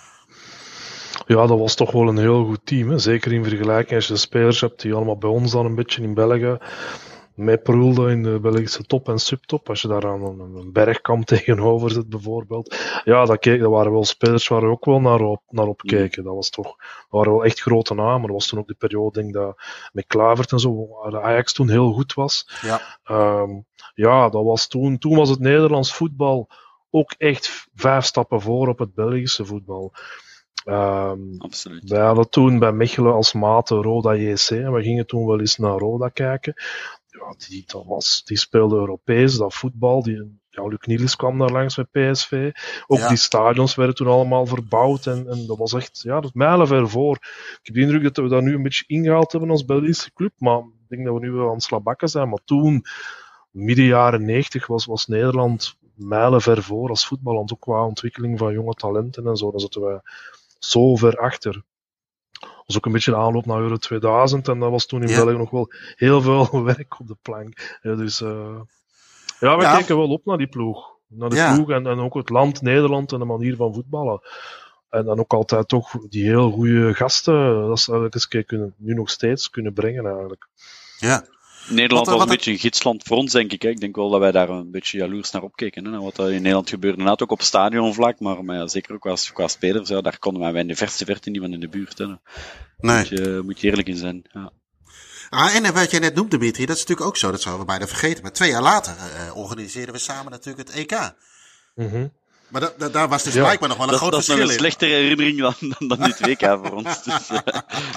S8: Ja, dat was toch wel een heel goed team. Hè? Zeker in vergelijking als je de spelers hebt die allemaal bij ons dan een beetje in België mee proelden in de Belgische top en subtop. Als je daar aan een, een bergkamp tegenover zit bijvoorbeeld. Ja, dat, keek, dat waren wel spelers waar we ook wel naar op, naar op keken. Dat, was toch, dat waren wel echt grote namen. Dat was toen ook de periode, denk ik, dat met Kluivert en zo, waar de Ajax toen heel goed was.
S7: Ja,
S8: um, ja dat was toen, toen was het Nederlands voetbal ook echt vijf stappen voor op het Belgische voetbal. Um,
S9: Absoluut.
S8: Wij hadden toen bij Mechelen als mate Roda J C en we gingen toen wel eens naar Roda kijken. Ja, die, dat was, die speelde Europees, dat voetbal. Die, ja, Luc Niels kwam daar langs met P S V. Ook ja. Die stadions werden toen allemaal verbouwd en, en dat was echt, ja, dat mijlenver voor. Ik heb de indruk dat we daar nu een beetje ingehaald hebben als Belgische club, maar ik denk dat we nu wel aan het slabakken zijn. Maar toen, midden jaren negentig, was, was Nederland mijlenver voor als voetballand, ook qua ontwikkeling van jonge talenten en zo. Dan zaten wij zo ver achter. Dat was ook een beetje de aanloop naar Euro tweeduizend en dat was toen in ja. België nog wel heel veel werk op de plank. Ja, dus uh, ja, we ja. keken wel op naar die ploeg. Naar de ja. ploeg en, en ook het land Nederland en de manier van voetballen. En dan ook altijd toch die heel goede gasten, dat ze eigenlijk eens kunnen, nu nog steeds kunnen brengen eigenlijk.
S7: Ja.
S9: Nederland
S7: wat,
S9: was
S7: wat,
S9: een beetje een gidsland voor ons, denk ik. Hè. Ik denk wel dat wij daar een beetje jaloers naar opkeken. Hè. Wat er in Nederland gebeurde, inderdaad ook op stadionvlak, maar, maar ja, zeker ook qua, qua spelers. Ja, daar konden wij in de verste verte niet van in de buurt. Hè.
S7: Nee.
S9: Moet je, moet je eerlijk in zijn. Ja.
S7: Ah, en wat jij net noemt, Dimitri, dat is natuurlijk ook zo. Dat zouden we bijna vergeten. Maar twee jaar later uh, organiseerden we samen natuurlijk het E K.
S8: Mm-hmm.
S7: Maar da- da- daar was dus ja. blijkbaar nog wel een
S9: dat,
S7: groot
S9: dat
S7: verschil in.
S9: Dat is een slechtere herinnering dan, dan, dan dit W K voor ons. Dus, uh,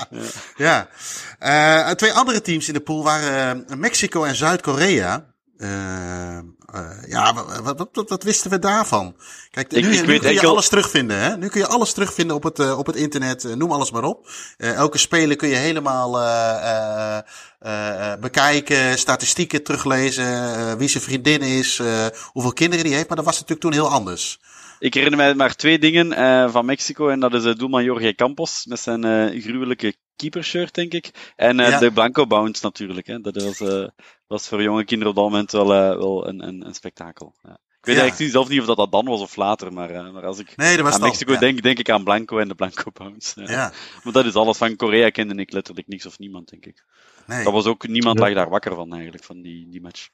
S7: ja. ja. Uh, twee andere teams in de pool waren uh, Mexico en Zuid-Korea. Uh, uh, ja, wat, wat, wat, wat wisten we daarvan? Kijk, ik, nu, ik nu weet kun je enkel... alles terugvinden, hè? Nu kun je alles terugvinden op het, uh, op het internet. Uh, noem alles maar op. Uh, elke speler kun je helemaal uh, uh, uh, bekijken, statistieken teruglezen, uh, wie zijn vriendin is, uh, hoeveel kinderen die heeft. Maar dat was natuurlijk toen heel anders.
S9: Ik herinner mij maar twee dingen uh, van Mexico. En dat is uh, doelman Jorge Campos met zijn uh, gruwelijke keepershirt, denk ik. En uh, ja. de Blanco Bounce natuurlijk. Hè. Dat was, uh, was voor jonge kinderen op dat moment wel, uh, wel een, een, een spektakel. Ja. Ik weet ja. eigenlijk zelf niet of dat, dat dan was of later. Maar, uh, maar als ik
S7: nee,
S9: aan Mexico
S7: ja.
S9: denk, denk ik aan Blanco en de Blanco Bounce. Ja. Ja. Maar dat is alles. Van Korea kende ik letterlijk niks of niemand, denk ik. Nee. Dat was ook, niemand lag daar wakker van eigenlijk, van die, die match.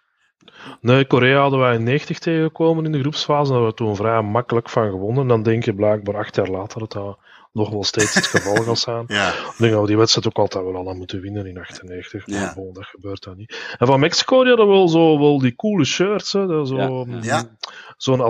S8: Nee, Korea hadden wij in negentig tegengekomen in de groepsfase. Daar hebben we toen vrij makkelijk van gewonnen. En dan denk je blijkbaar acht jaar later dat dat nog wel steeds het geval gaat zijn.
S7: Ja.
S8: Ik denk dat we die wedstrijd ook altijd wel hadden moeten winnen in achtennegentig. Maar
S7: ja.
S8: bon, dat gebeurt dan niet. En van Mexico die hadden wel, zo, wel die coole shirts. Hè, dat zo,
S7: ja. Ja.
S8: Zo'n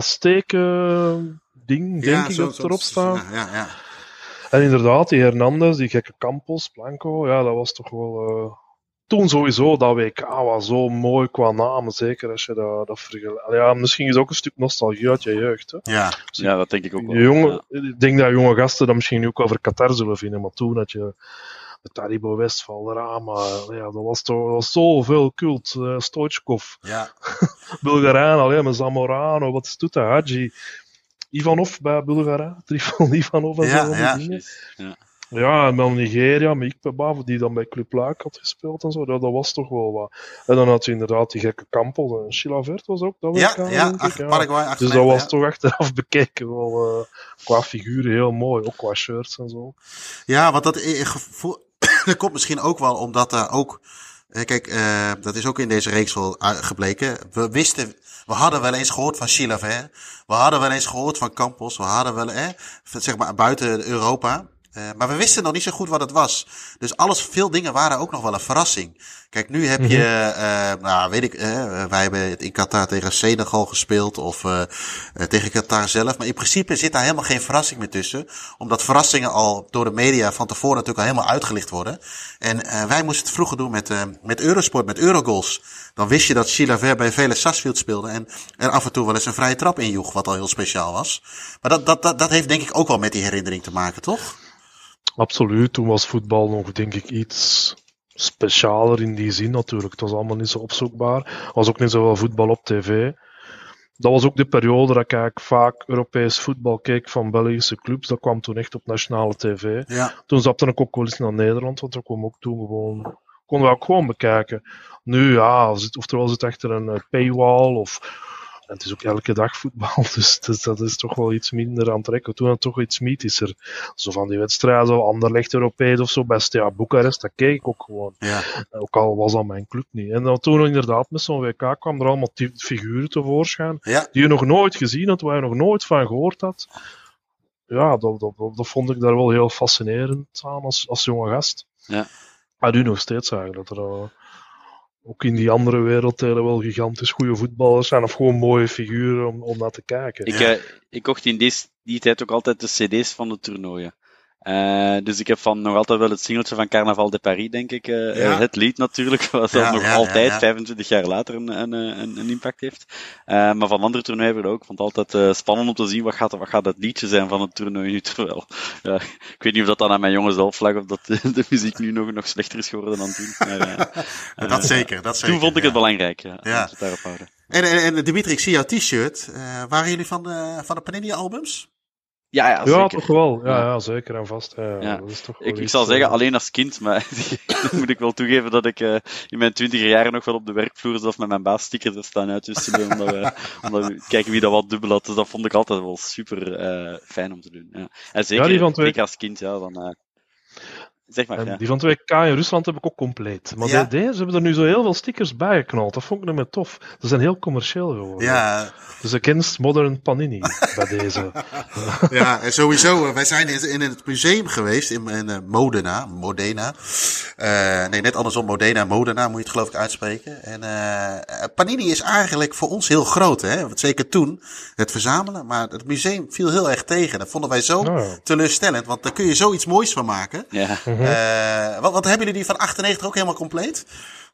S8: Azteken ding, denk ja, ik, zo, dat zo, erop staat.
S7: Ja, ja, ja.
S8: En inderdaad, die Hernandez, die gekke Campos, Blanco, ja, dat was toch wel... Uh, toen sowieso, dat W K was zo mooi qua namen, zeker als je dat, dat vergelijkt. Ja, misschien is het ook een stuk nostalgie uit je jeugd. Hè?
S7: Ja.
S9: Dus ja, dat denk ik ook wel.
S8: Jonge,
S9: ja.
S8: Ik denk dat jonge gasten dat misschien ook over Qatar zullen vinden, maar toen had je de Taribo Westphal, Rama, ja, dat was toch dat was zoveel cult. Uh, Stoichkov,
S7: ja.
S8: Bulgaraan, alleen met Zamorano, wat is het, Hadji, Ivanov bij Bulgaraan, Trifon Ivanov en
S7: ja,
S8: zo.
S7: Ja.
S8: Ja. Ja, en dan Nigeria, met Ikpeba, die dan bij Club Luik had gespeeld en zo, dat, dat was toch wel wat. En dan had je inderdaad die gekke Campos en Chilavert was ook dat
S7: ja,
S8: W K,
S7: ja, ach,
S8: ja.
S7: Paraguay, ach,
S8: dus
S7: nee,
S8: dat was
S7: ja.
S8: toch achteraf bekeken wel uh, qua figuren heel mooi, ook qua shirts en zo.
S7: Ja, want dat gevoel, dat komt misschien ook wel omdat daar ook, kijk, uh, dat is ook in deze reeks wel gebleken. We wisten, we hadden wel eens gehoord van Chilavert, we hadden wel eens gehoord van Campos, we hadden wel, eh, zeg maar buiten Europa. Uh, maar we wisten nog niet zo goed wat het was. Dus alles, veel dingen waren ook nog wel een verrassing. Kijk, nu heb je, uh, nou weet ik, uh, wij hebben in Qatar tegen Senegal gespeeld of uh, uh, tegen Qatar zelf. Maar in principe zit daar helemaal geen verrassing meer tussen. Omdat verrassingen al door de media van tevoren natuurlijk al helemaal uitgelicht worden. En uh, wij moesten het vroeger doen met, uh, met Eurosport, met Eurogoals. Dan wist je dat Chilavert bij Vélez Sarsfield speelde en er af en toe wel eens een vrije trap injoeg, wat al heel speciaal was. Maar dat, dat, dat, dat heeft denk ik ook wel met die herinnering te maken, toch?
S8: Absoluut, toen was voetbal nog denk ik iets specialer in die zin natuurlijk. Het was allemaal niet zo opzoekbaar. Er was ook niet zoveel voetbal op tv. Dat was ook de periode dat ik eigenlijk vaak Europees voetbal keek van Belgische clubs. Dat kwam toen echt op nationale tv.
S7: Ja.
S8: Toen stapte ik ook wel eens naar Nederland, want dat kwam ook toen gewoon, konden we ook gewoon bekijken. Nu ja, oftewel zit achter een paywall of... En het is ook elke dag voetbal, dus, dus dat is toch wel iets minder aantrekkelijk. Toen had het toch iets mythischer. Zo van die wedstrijden, zo Anderlecht Europees of zo, bij Steaua Boekarest, dat keek ik ook gewoon.
S7: Ja.
S8: Ook al was dat mijn club niet. En dan toen inderdaad met zo'n W K kwam er allemaal t- figuren tevoorschijn,
S7: ja.
S8: die je nog nooit gezien had, waar je nog nooit van gehoord had. Ja, dat, dat, dat, dat vond ik daar wel heel fascinerend aan als, als jonge gast.
S9: Ja.
S8: Maar nu nog steeds eigenlijk, dat er... Uh, ook in die andere werelddelen wel gigantisch goede voetballers zijn, of gewoon mooie figuren om, om naar te kijken.
S9: Ik,
S8: ja.
S9: uh, ik kocht in die, die tijd ook altijd de cd's van de toernooien. Uh, dus ik heb van nog altijd wel het singeltje van Carnaval de Paris, denk ik. Uh, ja. Het lied natuurlijk, wat ja, nog ja, altijd, ja, ja. vijfentwintig jaar later, een, een, een, een impact heeft. Uh, maar van andere toernooien hebben we ook. Ik vond het altijd uh, spannend om te zien wat gaat, wat gaat het liedje zijn van het toernooi nu. Terwijl, ja, ik weet niet of dat dan aan mijn jongen zelf lag, of dat de, de muziek nu nog, nog slechter is geworden dan toen. Maar, uh,
S7: dat uh, zeker, dat zeker.
S9: Toen vond ik
S7: ja.
S9: het belangrijk, ja,
S7: ja.
S9: om het daarop houden.
S7: En, en, en Dimitri, ik zie jouw t-shirt. Uh, waren jullie van de, van de Panini-albums?
S9: Ja, ja, zeker.
S8: Ja, toch wel. Ja, ja. ja zeker en vast. Ja,
S9: ja.
S8: Dat is toch wel
S9: ik, ik
S8: iets,
S9: zal zeggen,
S8: uh...
S9: alleen als kind, maar dan moet ik wel toegeven dat ik uh, in mijn twintiger jaren nog wel op de werkvloer zelf met mijn baas stickers staan uitwisselen, omdat we, omdat we kijken wie dat wat dubbel had. Dus dat vond ik altijd wel super uh, fijn om te doen. Ja. En zeker,
S8: ja, die van twee...
S9: zeker als kind, ja, dan... Uh... Zeg maar,
S8: En
S9: ja.
S8: die van het W K in Rusland heb ik ook compleet. Maar
S7: Ja?
S8: de- deze hebben er nu zo heel veel stickers bij geknald. Dat vond ik niet meer tof. Ze zijn heel commercieel geworden.
S7: Ja,
S8: Dus against modern Panini bij deze.
S7: ja, en sowieso. uh, wij zijn in, in het museum geweest in, in uh, Modena. Modena. Uh, nee, net andersom. Modena, Modena moet je het geloof ik uitspreken. En uh, Panini is eigenlijk voor ons heel groot, hè. Want zeker toen, het verzamelen. Maar het museum viel heel erg tegen. Dat vonden wij zo
S8: Oh, ja.
S7: teleurstellend. Want daar kun je zoiets moois van maken.
S9: Ja.
S7: Uh, wat, wat hebben jullie die van achtennegentig ook helemaal compleet?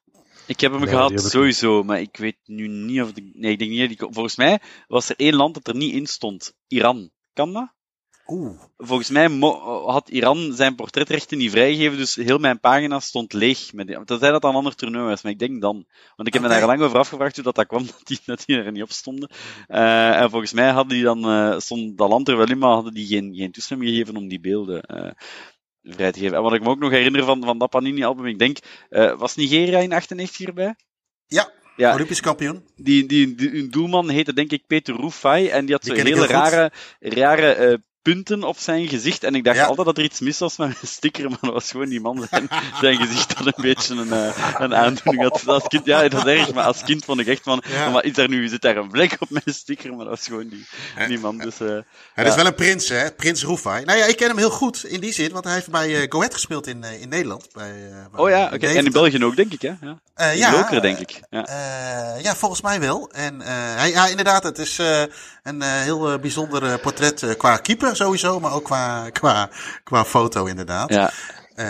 S9: Ik heb hem
S8: Nee,
S9: gehad,
S8: die heb ik
S9: sowieso, maar ik weet nu niet of... Ik, nee, ik denk niet dat die... Volgens mij was er één land dat er niet in stond. Iran. Kan dat?
S7: Oeh.
S9: Volgens mij mo- had Iran zijn portretrechten niet vrijgegeven, dus heel mijn pagina stond leeg. Met die, tenzij dat een ander toernooi was, maar ik denk dan. Want ik heb
S7: Oké.
S9: me daar lang over afgevraagd hoe dat, dat kwam, dat die, dat die er niet op stonden. Uh, en volgens mij hadden die dan, uh, stond dat land er wel in, maar hadden die geen, geen toestemming gegeven om die beelden uh, vrij te geven. En wat ik me ook nog herinner van, van dat Panini-album, ik denk, uh, was Nigeria in achtennegentig hierbij?
S7: Ja,
S9: Ja,
S7: Olympisch kampioen.
S9: die, die, die, hun doelman heette denk ik Peter Rufai, en die had
S7: Die
S9: zo
S7: ken ik
S9: hele
S7: heel goed.
S9: rare, rare uh, punten op zijn gezicht. En ik dacht
S7: Ja.
S9: altijd dat er iets mis was met mijn sticker, maar dat was gewoon die man zijn, zijn gezicht dat een beetje een, uh, een aandoening had. Als kind, ja, dat is erg, maar als kind vond ik echt van,
S7: Ja.
S9: maar is daar nu, zit daar een vlek op mijn sticker? Maar dat was gewoon die, die man. Dus, uh,
S7: Ja, dat is wel een prins, hè? Prins Rufai. Nou ja, ik ken hem heel goed in die zin, want hij heeft bij uh, Go Ahead gespeeld in, uh, in Nederland. Bij, uh, bij
S9: oh ja, oké.
S7: Deventer.
S9: En in België ook, denk ik, hè? Ja.
S7: Uh,
S9: In
S7: ja,
S9: Lokeren, denk ik. Ja.
S7: Uh, ja, volgens mij wel. En uh, hij, ja, inderdaad, het is uh, een uh, heel uh, bijzonder uh, portret uh, qua keeper sowieso, maar ook qua, qua, qua foto inderdaad.
S9: Ja.
S7: Uh,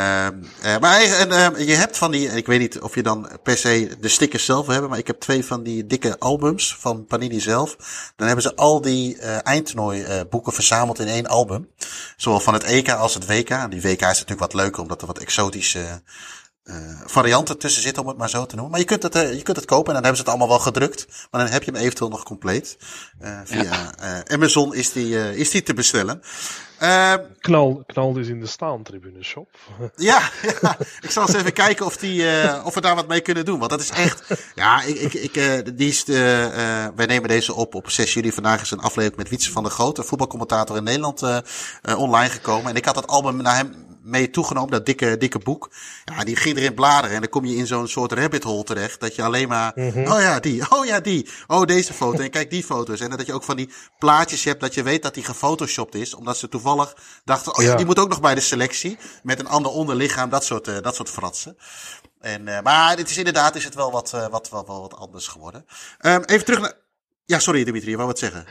S7: uh, maar hij, en, uh, je hebt van die, ik weet niet of je dan per se de stickers zelf wil hebben, maar ik heb twee van die dikke albums van Panini zelf. Dan hebben ze al die uh, eindtoernooi uh, boeken verzameld in één album. Zowel van het E K als het W K. En die W K is natuurlijk wat leuker, omdat er wat exotische uh, varianten tussen zitten, om het maar zo te noemen. Maar je kunt het, uh, je kunt het kopen en dan hebben ze het allemaal wel gedrukt. Maar dan heb je hem eventueel nog compleet. Uh, via ja. uh, Amazon is die, uh, is die te bestellen. Uh,
S8: Knal, knal is in de staantribune shop.
S7: ja, ja, ik zal eens even kijken of, die, uh, of we daar wat mee kunnen doen. Want dat is echt, ja, ik, ik, ik, uh, die is de, uh, wij nemen deze op op zes juli. Vandaag is een aflevering met Wietse van der Groot, een voetbalcommentator in Nederland, uh, uh, online gekomen. En ik had dat album naar hem mee toegenomen, dat dikke, dikke boek. Ja, die ging erin bladeren en dan kom je in zo'n soort rabbit hole terecht. Dat je alleen maar, mm-hmm. oh ja, die, oh ja, die, oh deze foto. En kijk die foto's. En dat je ook van die plaatjes hebt dat je weet dat die gefotoshopt is. Omdat ze toevallig dachten, oh ja, ja. die moet ook nog bij de selectie. Met een ander onderlichaam, dat soort, uh, dat soort fratsen. En, uh, maar het is inderdaad, is het wel wat, uh, wat, wat, wat, wat anders geworden. Um, even terug naar, ja, sorry Dimitri, je wou wat zeggen.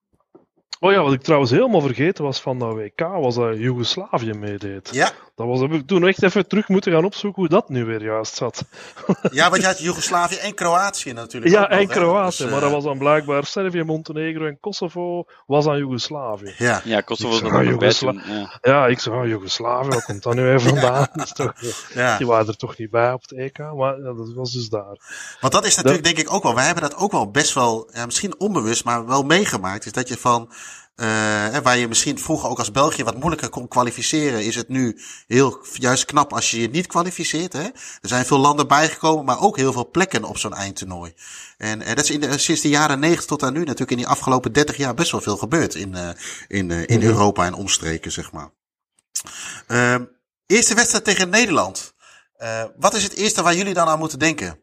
S8: Oh ja, wat ik trouwens helemaal vergeten was van dat W K, was dat Joegoslavië meedeed.
S7: Ja.
S8: Dat was, heb ik toen echt even terug moeten gaan opzoeken hoe dat nu weer juist zat.
S7: Ja, want je had Joegoslavië en Kroatië natuurlijk.
S8: Ja,
S7: ook nog,
S8: en Kroatië,
S7: dus, uh...
S8: maar dat was dan blijkbaar Servië, Montenegro en Kosovo was aan Joegoslavië.
S7: Ja,
S9: ja Kosovo was
S8: er
S9: nog bij
S8: Jugosla-
S9: toen. Ja.
S8: ja, ik zei, oh, Joegoslavië, wat komt dat nu weer vandaan?
S7: Ja.
S8: Toch,
S7: ja.
S8: Die waren er toch niet bij op het E K, maar ja, dat was dus daar.
S7: Want dat is natuurlijk
S8: dat...
S7: denk ik ook wel, wij hebben dat ook wel best wel, ja, misschien onbewust, maar wel meegemaakt. Is dat je van, uh, waar je misschien vroeger ook als België wat moeilijker kon kwalificeren, is het nu heel juist knap als je je niet kwalificeert. Hè? Er zijn veel landen bijgekomen, maar ook heel veel plekken op zo'n eindtoernooi. En uh, dat is in de, sinds de jaren negentig tot aan nu natuurlijk in die afgelopen dertig jaar best wel veel gebeurd in, uh, in, uh, in mm-hmm. Europa en omstreken, zeg maar. Uh, eerste wedstrijd tegen Nederland. Uh, wat is het eerste waar jullie dan aan moeten denken?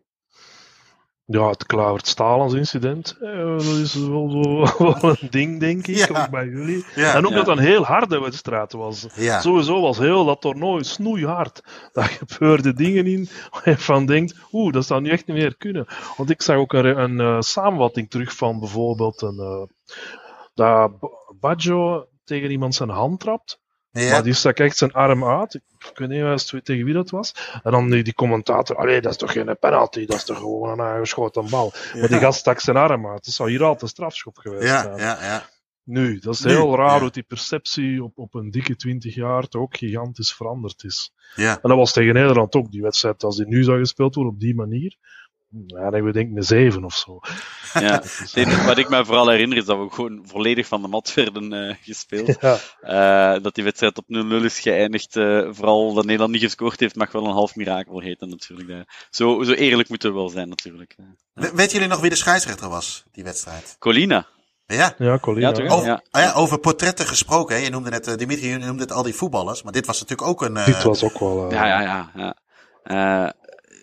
S8: Ja, het Klauwert-Stalens-incident, eh, dat is wel, wel, wel een ding, denk ik, ja. Ook bij jullie.
S7: Ja.
S8: En ook
S9: Ja.
S8: dat het een heel harde wedstrijd was.
S7: Ja.
S8: Sowieso was heel dat toernooi snoeihard. Daar gebeurde dingen in waar je van denkt, oeh, dat zou nu echt niet meer kunnen. Want ik zag ook een, een uh, samenvatting terug van bijvoorbeeld een, uh, dat Baggio tegen iemand zijn hand trapt.
S7: Ja.
S8: Maar die stak echt zijn arm uit. Ik weet niet eens tegen wie dat was. En dan die, die commentator, allee, dat is toch geen penalty, dat is toch gewoon een aangeschoten bal. Ja. Maar die gast stak zijn arm uit. Dat zou hier altijd een strafschop geweest
S7: ja,
S8: zijn.
S7: Ja, ja.
S8: Nu, dat is
S7: nu,
S8: heel raar
S7: ja.
S8: hoe die perceptie op, op een dikke twintig jaar toch ook gigantisch veranderd is.
S7: Ja.
S8: En dat was tegen Nederland ook, die wedstrijd, als die nu zou gespeeld worden op die manier. Ja, dan hebben we denk ik een zeven of zo.
S9: Ja, dit, wat ik me vooral herinner is dat we gewoon volledig van de mat werden uh, gespeeld.
S8: Ja.
S9: Uh, dat die wedstrijd op nul nul is geëindigd. Uh, vooral dat Nederland niet gescoord heeft, mag wel een half mirakel heten natuurlijk. Uh, zo, zo eerlijk moeten we wel zijn natuurlijk.
S7: We, weten jullie nog wie de scheidsrechter was, die wedstrijd?
S9: Colina.
S7: Ja,
S8: Ja, Colina.
S9: Ja, toch, hè?
S7: over,
S9: Ja.
S7: ah ja, over portretten gesproken. Hè? Je noemde net, uh, Dimitri, je noemde net al die voetballers. Maar dit was natuurlijk ook een... Uh...
S8: Dit was ook wel... Uh...
S9: Ja, ja, ja. Ja, uh,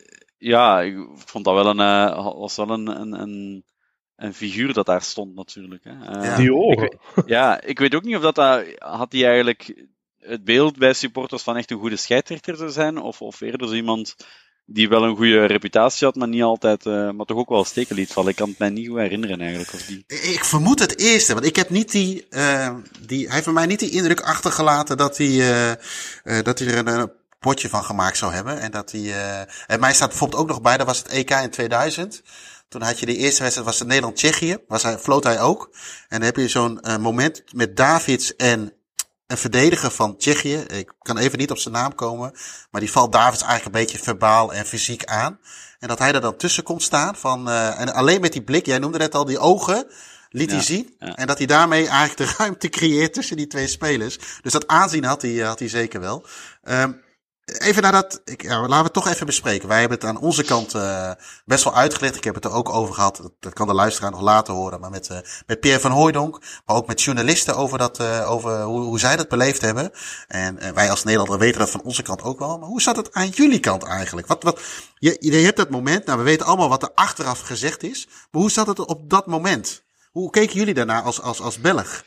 S9: ja ik vond dat wel een, uh, was wel een, een, een, een figuur dat daar stond natuurlijk. Hè. Uh,
S7: Ja.
S8: Die ogen.
S9: Ik weet, ja, ik weet ook niet of dat, dat had hij eigenlijk het beeld bij supporters van echt een goede scheidsrechter te zijn, of, of eerder zo iemand die wel een goede reputatie had, maar niet altijd, uh, maar toch ook wel steken liet vallen. Ik kan het mij niet goed herinneren eigenlijk. Of die...
S7: Ik vermoed het eerste, want ik heb niet die, uh, die hij heeft bij mij niet die indruk achtergelaten dat hij, uh, uh, dat hij er een, een potje van gemaakt zou hebben. En dat hij, uh, en mij staat bijvoorbeeld ook nog bij, dat was het E K in tweeduizend. Toen had je de eerste wedstrijd, was het Nederland-Tsjechië, was hij, floot hij ook. En dan heb je zo'n uh, moment met Davids en een verdediger van Tsjechië. Ik kan even niet op zijn naam komen, maar die valt Davids eigenlijk een beetje verbaal en fysiek aan. En dat hij er dan tussen komt staan van, uh, en alleen met die blik, jij noemde net al die ogen, liet
S9: Ja,
S7: hij zien.
S9: ja.
S7: En dat hij daarmee eigenlijk de ruimte creëert tussen die twee spelers. Dus dat aanzien had hij, had hij zeker wel. Um, Even naar dat, ik, ja, laten we het toch even bespreken. Wij hebben het aan onze kant uh, best wel uitgelegd. Ik heb het er ook over gehad. Dat, dat kan de luisteraar nog later horen. Maar met, uh, met Pierre van Hooijdonk. Maar ook met journalisten over, dat, uh, over hoe, hoe zij dat beleefd hebben. En uh, wij als Nederlander weten dat van onze kant ook wel. Maar hoe zat het aan jullie kant eigenlijk? Wat, wat, je, je hebt dat moment. Nou, we weten allemaal wat er achteraf gezegd is. Maar hoe zat het op dat moment? Hoe keken jullie daarna als, als, als Belg?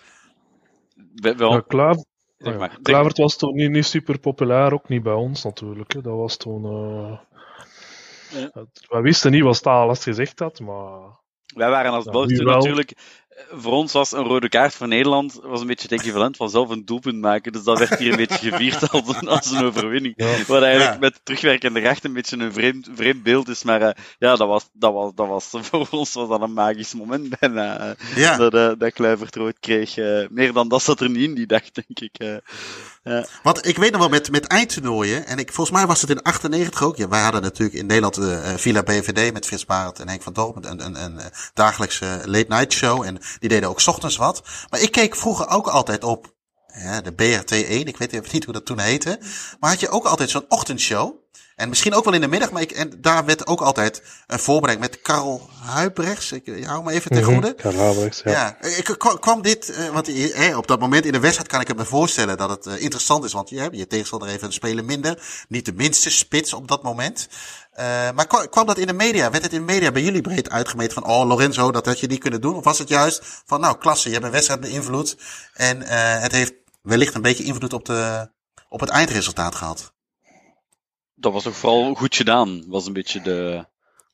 S9: Wel,
S8: Ja, klaar.
S9: zeg
S8: Ja,
S9: maar.
S8: Kluivert was toen niet, niet super populair, ook niet bij ons natuurlijk. Hè. Dat was toen... Uh...
S9: Ja.
S8: Het, wij wisten niet wat Stalis gezegd had, maar...
S9: Wij waren als
S8: Ja,
S9: Belg
S8: nu
S9: toen
S8: wel.
S9: natuurlijk... Voor ons was een rode kaart voor Nederland was een beetje het equivalent van zelf een doelpunt maken. Dus dat werd hier een beetje gevierd als een, als een overwinning.
S8: Ja.
S9: Wat eigenlijk
S7: Ja.
S9: met terugwerkende recht een beetje een vreemd, vreemd beeld is. Maar uh, ja, dat was, dat, was, dat was voor ons was dat een magisch moment bijna. Uh,
S7: Ja.
S9: Dat, uh, dat Kluivert rood kreeg. Uh, meer dan dat zat er niet in die dag, denk ik. Uh, ja.
S7: Want ik weet nog wel met, met eindtoernooien, en ik, volgens mij was het in achtennegentig ook. Ja, wij hadden natuurlijk in Nederland uh, Villa B V D met Frits Barend en Henk van Dorp, een, een, een dagelijkse late night show. En die deden ook 's ochtends wat. Maar ik keek vroeger ook altijd op ja, de B R T één. Ik weet even niet hoe dat toen heette. Maar had je ook altijd zo'n ochtendshow. En misschien ook wel in de middag, maar ik, en daar werd ook altijd een voorbereiding met Karel Huibrechts. Ik uh, hou me even ten goede.
S8: Karel Huibrechts, ja.
S7: Ja, ik kwam, kwam dit, uh, want eh, op dat moment in de wedstrijd kan ik het me voorstellen dat het uh, interessant is, want je hebt je tegenstander even een speler minder, niet de minste spits op dat moment. Uh, maar kwam, kwam dat in de media, werd het in de media bij jullie breed uitgemeten van, oh Lorenzo, dat had je niet kunnen doen? Of was het juist van, nou klasse, je hebt een wedstrijd beïnvloed en uh, het heeft wellicht een beetje invloed op, de, op het eindresultaat gehad?
S9: Dat was toch vooral goed gedaan, was een beetje de...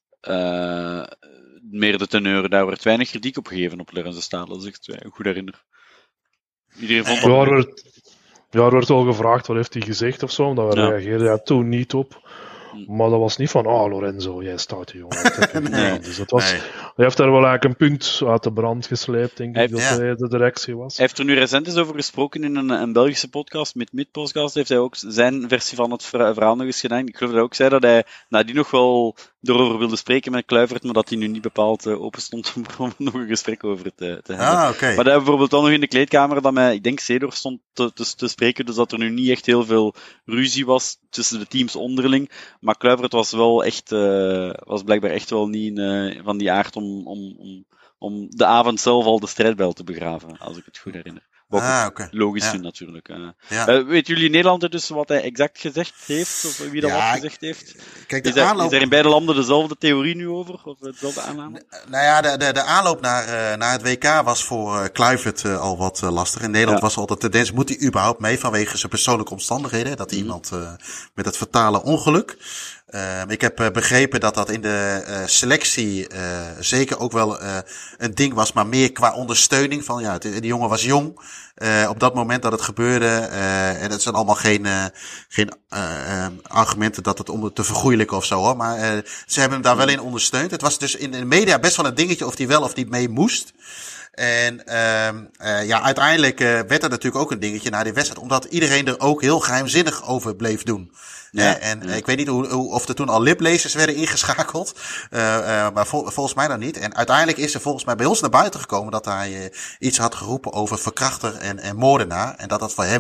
S9: Uh, meer de teneur. Daar werd weinig kritiek op gegeven op Lorenzo Stadler, als ik het goed herinner. Iedereen vond dat...
S8: Ja, er werd, ja, er werd wel gevraagd, wat heeft hij gezegd of zo, maar daar
S9: Ja.
S8: reageerde hij toen niet op. Maar dat was niet van, oh Lorenzo, jij staat hier, jongen. Dat heb je
S7: Nee.
S8: gedaan. Dus dat was,
S7: Nee.
S8: hij heeft daar wel eigenlijk een punt uit de brand gesleept, denk ik,
S9: Hij
S8: dat
S7: heeft-
S8: hij de directie was.
S9: Hij heeft er nu recent eens over gesproken in een, een Belgische podcast, met Mid-podcast. Heeft hij ook zijn versie van het verha- verhaal nog eens gedaan. Ik geloof dat hij ook zei dat hij nadien nog wel erover wilde spreken met Kluivert, maar dat hij nu niet bepaald uh, open stond om, om nog een gesprek over te, te hebben.
S7: Ah, oké.
S9: Maar dat hij bijvoorbeeld wel nog in de kleedkamer dat mij, ik denk, Seedorf stond te, te, te spreken, dus dat er nu niet echt heel veel ruzie was tussen de teams onderling. Maar Kluivert was wel echt, uh, was blijkbaar echt wel niet uh, van die aard om, om, om, om de avond zelf al de strijdbijl te begraven, als ik het goed herinner. Wat
S7: Ah,
S9: ook
S7: oké.
S9: logisch
S7: Ja.
S9: vind natuurlijk. Uh,
S7: Ja.
S9: uh, weet jullie in Nederland dus wat hij exact gezegd heeft, of wie dat
S7: Ja,
S9: wat gezegd heeft?
S7: Kijk, de
S9: Is er,
S7: aanloop...
S9: is er in beide landen dezelfde theorie nu over, of dezelfde aanname?
S7: Nou ja, de, de, de aanloop naar, uh, naar het W K was voor uh, Kluivert uh, al wat uh, lastig. In Nederland
S9: Ja.
S7: was al de tendens, moet hij überhaupt mee vanwege zijn persoonlijke omstandigheden? Dat
S9: Mhm.
S7: iemand uh, met het fatale ongeluk. Uh, ik heb uh, begrepen dat dat in de uh, selectie uh, zeker ook wel uh, een ding was, maar meer qua ondersteuning. Van ja, die jongen was jong uh, op dat moment dat het gebeurde. Uh, en het zijn allemaal geen, uh, geen uh, uh, argumenten dat het om het te vergoeilijken of zo hoor. Maar uh, ze hebben hem daar wel in ondersteund. Het was dus in de media best wel een dingetje of hij wel of niet mee moest. En uh, uh, ja, uiteindelijk uh, werd er natuurlijk ook een dingetje na die wedstrijd, omdat iedereen er ook heel geheimzinnig over bleef doen.
S9: Ja,
S7: en
S9: ja.
S7: ik weet niet hoe, hoe, of er toen al liplezers werden ingeschakeld, uh, uh, maar vol, volgens mij dan niet. En uiteindelijk is er volgens mij bij ons naar buiten gekomen dat hij uh, iets had geroepen over verkrachter en, en moordenaar. En dat dat voor hem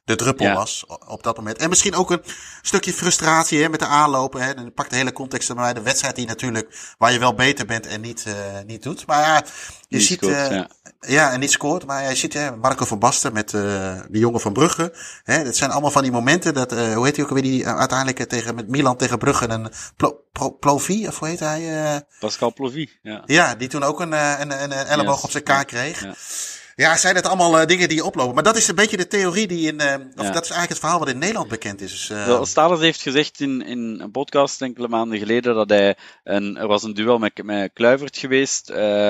S7: de druppel
S9: Ja.
S7: was op dat moment. En misschien ook een stukje frustratie hè, met de aanlopen. Hè. Dan pakt de hele context erbij. De wedstrijd die natuurlijk waar je wel beter bent en niet, uh, niet doet. Maar ja, je
S9: Niet
S7: ziet...
S9: scoort,
S7: uh,
S9: ja.
S7: ja, en niet scoort. Maar je ziet hè, Marco van Basten met uh, de jongen van Brugge. Hè. Dat zijn allemaal van die momenten dat... Uh, hoe heet hij ook alweer die uh, uiteindelijk uh, tegen, met Milan tegen Brugge een Plo, Pro, Plovy, of hoe heet hij? Uh,
S9: Pascal Plovy, ja.
S7: Ja, die toen ook een, een, een, een elleboog
S9: Yes.
S7: op zijn kaak kreeg.
S9: Ja.
S7: Ja, zijn het allemaal uh, dingen die oplopen. Maar dat is een beetje de theorie die in... Uh, of
S9: Ja.
S7: dat is eigenlijk het verhaal wat in Nederland bekend is. Dus, uh,
S9: Wel, Stales heeft gezegd in, in een podcast enkele maanden geleden dat hij een, er was een duel met, met Kluivert geweest.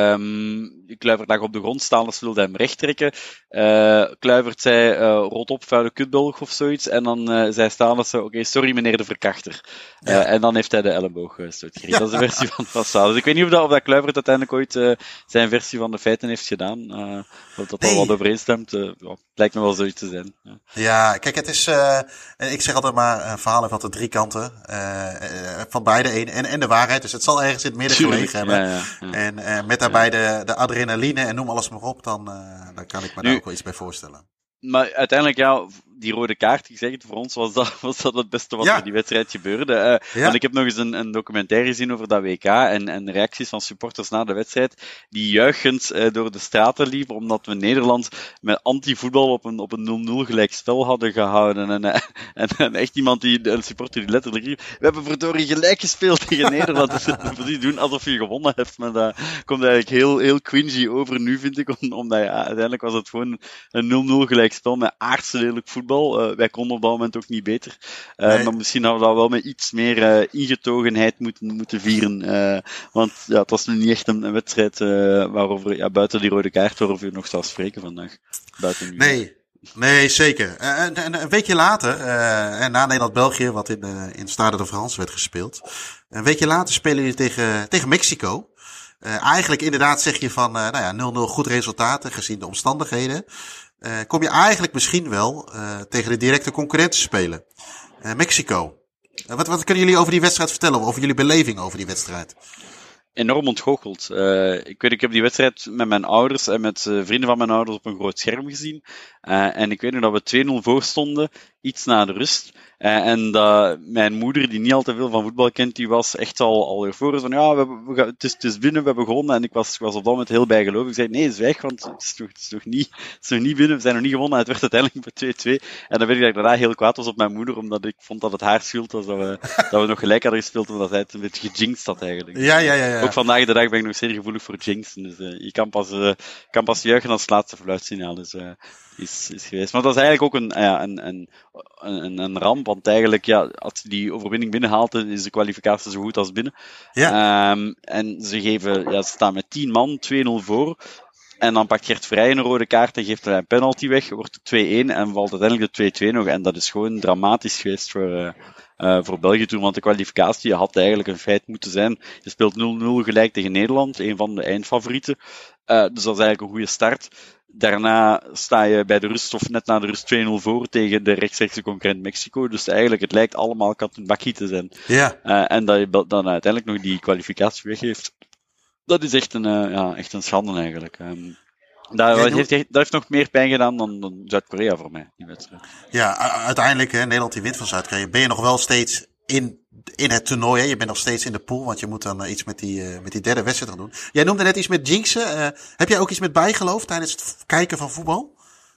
S9: Um, Kluivert lag op de grond, Stales wilde hem recht trekken. Uh, Kluivert zei, uh, rot op, vuile kutbelg of zoiets. En dan uh, zei Stales, oké, okay, sorry meneer de verkrachter. Uh,
S7: Ja.
S9: En dan heeft hij de elleboog uh, stoot gekregen. Dat is de versie van, van Stales. Ik weet niet of dat, of dat Kluivert uiteindelijk ooit uh, zijn versie van de feiten heeft gedaan. Uh, of dat
S7: Nee.
S9: al wat overeenstemt. Uh, ja, het lijkt me wel zoiets te zijn. Ja.
S7: ja, kijk, het is... Uh, ik zeg altijd maar, een verhaal heeft altijd drie kanten. Uh, uh, van beide een en, en de waarheid. Dus het zal ergens in het midden
S9: Tuurlijk,
S7: gelegen hebben.
S9: ja, ja, ja.
S7: En uh, met daarbij de, de adrenaline en noem alles maar op. Dan, uh, dan kan ik me
S9: Nu-
S7: daar ook wel iets bij voorstellen.
S9: Maar uiteindelijk, ja, die rode kaart, ik zeg het, voor ons was dat, was dat het beste wat
S7: Ja.
S9: er in die wedstrijd gebeurde. Uh,
S7: Ja.
S9: Want ik heb nog eens een, een documentaire gezien over dat W K en, en reacties van supporters na de wedstrijd, die juichend uh, door de straten liepen, omdat we Nederland met anti-voetbal op een, op een nul nul gelijk spel hadden gehouden. En, uh, en, en echt iemand, die, een supporter die letterlijk riep, we hebben verdorie gelijk gespeeld tegen Nederland. Dus die doen alsof je gewonnen hebt, maar dat komt eigenlijk heel, heel cringy over nu, vind ik, om- omdat ja, uiteindelijk was het gewoon een nul nul gelijk spel met aardse lelijk voetbal. Uh, wij konden op dat moment ook niet beter. Uh,
S7: Nee.
S9: Maar misschien hadden we dat wel met iets meer uh, ingetogenheid moeten, moeten vieren. Uh, want ja, het was nu niet echt een, een wedstrijd uh, waarover, ja, buiten die rode kaart, waarover je nog zou spreken vandaag. Buiten nu.
S7: Nee, nee, zeker. Uh, en, en een weekje later, uh, en na Nederland-België, wat in, uh, in Stade de France werd gespeeld. Een weekje later spelen jullie tegen, tegen Mexico. Uh, eigenlijk inderdaad zeg je van, uh, nou ja, nul nul goed resultaten gezien de omstandigheden. Uh, kom je eigenlijk misschien wel uh, tegen de directe concurrenten spelen. Uh, Mexico. Uh, wat, wat kunnen jullie over die wedstrijd vertellen? Over jullie beleving over die wedstrijd?
S9: Enorm ontgoocheld. Uh, ik weet, ik heb die wedstrijd met mijn ouders en met uh, vrienden van mijn ouders op een groot scherm gezien. Uh, en ik weet nog dat we twee nul voor stonden, iets na de rust. Uh, en dat mijn moeder, die niet al te veel van voetbal kent, die was echt al, al ervoor van, ja, we hebben, we gaan, het, is, het is binnen, we hebben gewonnen. En ik was, ik was op dat moment heel bijgelovig. Ik zei, nee, zwijg, want het is nog, het is nog, niet, het is nog niet binnen, we zijn nog niet gewonnen. En het werd uiteindelijk met twee twee. En dan weet ik dat ik daarna heel kwaad was op mijn moeder, omdat ik vond dat het haar schuld was dat we, dat we nog gelijk hadden gespeeld, omdat zij het een beetje gejinxed had eigenlijk.
S7: Ja, ja, ja. ja.
S9: Ook vandaag de dag ben ik nog zeer gevoelig voor jinxen. Dus uh, je kan pas, uh, kan pas juichen als het laatste fluitsignaal is, uh, is, is geweest. Maar dat is eigenlijk ook een, uh, een, een, een, een ramp, want eigenlijk, ja, als je die overwinning binnenhaalt, is de kwalificatie zo goed als binnen.
S7: Ja.
S9: Um, en ze geven, ja, ze staan met tien man, twee nul voor. En dan pakt Gert Vrij een rode kaart en geeft hij een penalty weg, wordt het twee een en valt uiteindelijk de twee twee nog. En dat is gewoon dramatisch geweest voor, uh, uh, voor België toen, want de kwalificatie had eigenlijk een feit moeten zijn. Je speelt nul nul gelijk tegen Nederland, een van de eindfavorieten. Uh, dus dat is eigenlijk een goede start. Daarna sta je bij de rust, of net na de rust, twee nul voor tegen de rechtstreekse concurrent Mexico. Dus eigenlijk, het lijkt allemaal kat en bakkie te zijn.
S7: Ja.
S9: Uh, en dat je dan uiteindelijk nog die kwalificatie weggeeft. Dat is echt een, uh, ja, echt een schande eigenlijk. Um, dat,
S7: Ja,
S9: heeft, dat heeft nog meer pijn gedaan dan, dan Zuid-Korea voor mij, die wedstrijd.
S7: Ja, u- uiteindelijk, hè, Nederland die wint van Zuid-Korea. Ben je nog wel steeds in, in het toernooi, hè? Je bent nog steeds in de pool, want je moet dan uh, iets met die, uh, met die derde wedstrijd gaan doen. Jij noemde net iets met jinxen. Uh, heb jij ook iets met bijgeloof tijdens het f- kijken van voetbal?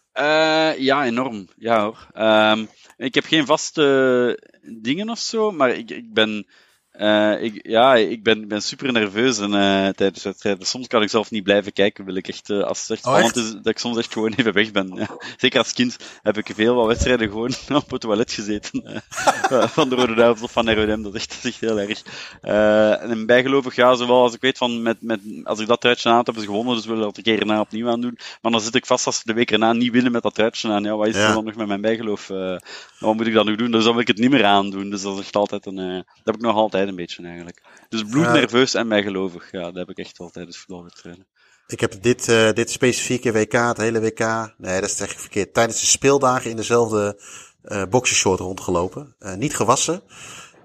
S9: Uh, ja, enorm. Ja hoor. Um, ik heb geen vaste dingen of zo, maar ik, ik ben... Uh, ik, ja, ik ben, ben super nerveus en, uh, tijdens wedstrijden. Soms kan ik zelf niet blijven kijken. Wil ik echt, uh, als het echt
S7: Oh,
S9: spannend
S7: echt?
S9: is, dat ik soms echt gewoon even weg ben. Ja. Zeker als kind heb ik veel wat wedstrijden gewoon op het toilet gezeten. Uh, van de Rode Duivels of van R O D M. Dat is echt, dat is echt heel erg. Uh, en bijgelovig, ja, zowel als ik weet van, met, met, als ik dat truitje aan heb, hebben ze gewonnen, dus willen we dat een keer erna opnieuw aan doen. Maar dan zit ik vast als ze de week erna niet winnen met dat truitje aan. Ja, wat is
S7: Ja.
S9: er dan nog met mijn bijgeloof? Uh, wat moet ik dan nog doen? Dus dan wil ik het niet meer aandoen. Dus dat is echt altijd een, uh, dat heb ik nog altijd een beetje eigenlijk. Dus bloednerveus en bijgelovig, ja, dat heb ik echt wel tijdens voetbalwedstrijden.
S7: Ik heb dit, uh, dit specifieke W K, het hele W K, nee, dat is eigenlijk verkeerd. Tijdens de speeldagen in dezelfde uh, boxershort rondgelopen. Uh, niet gewassen.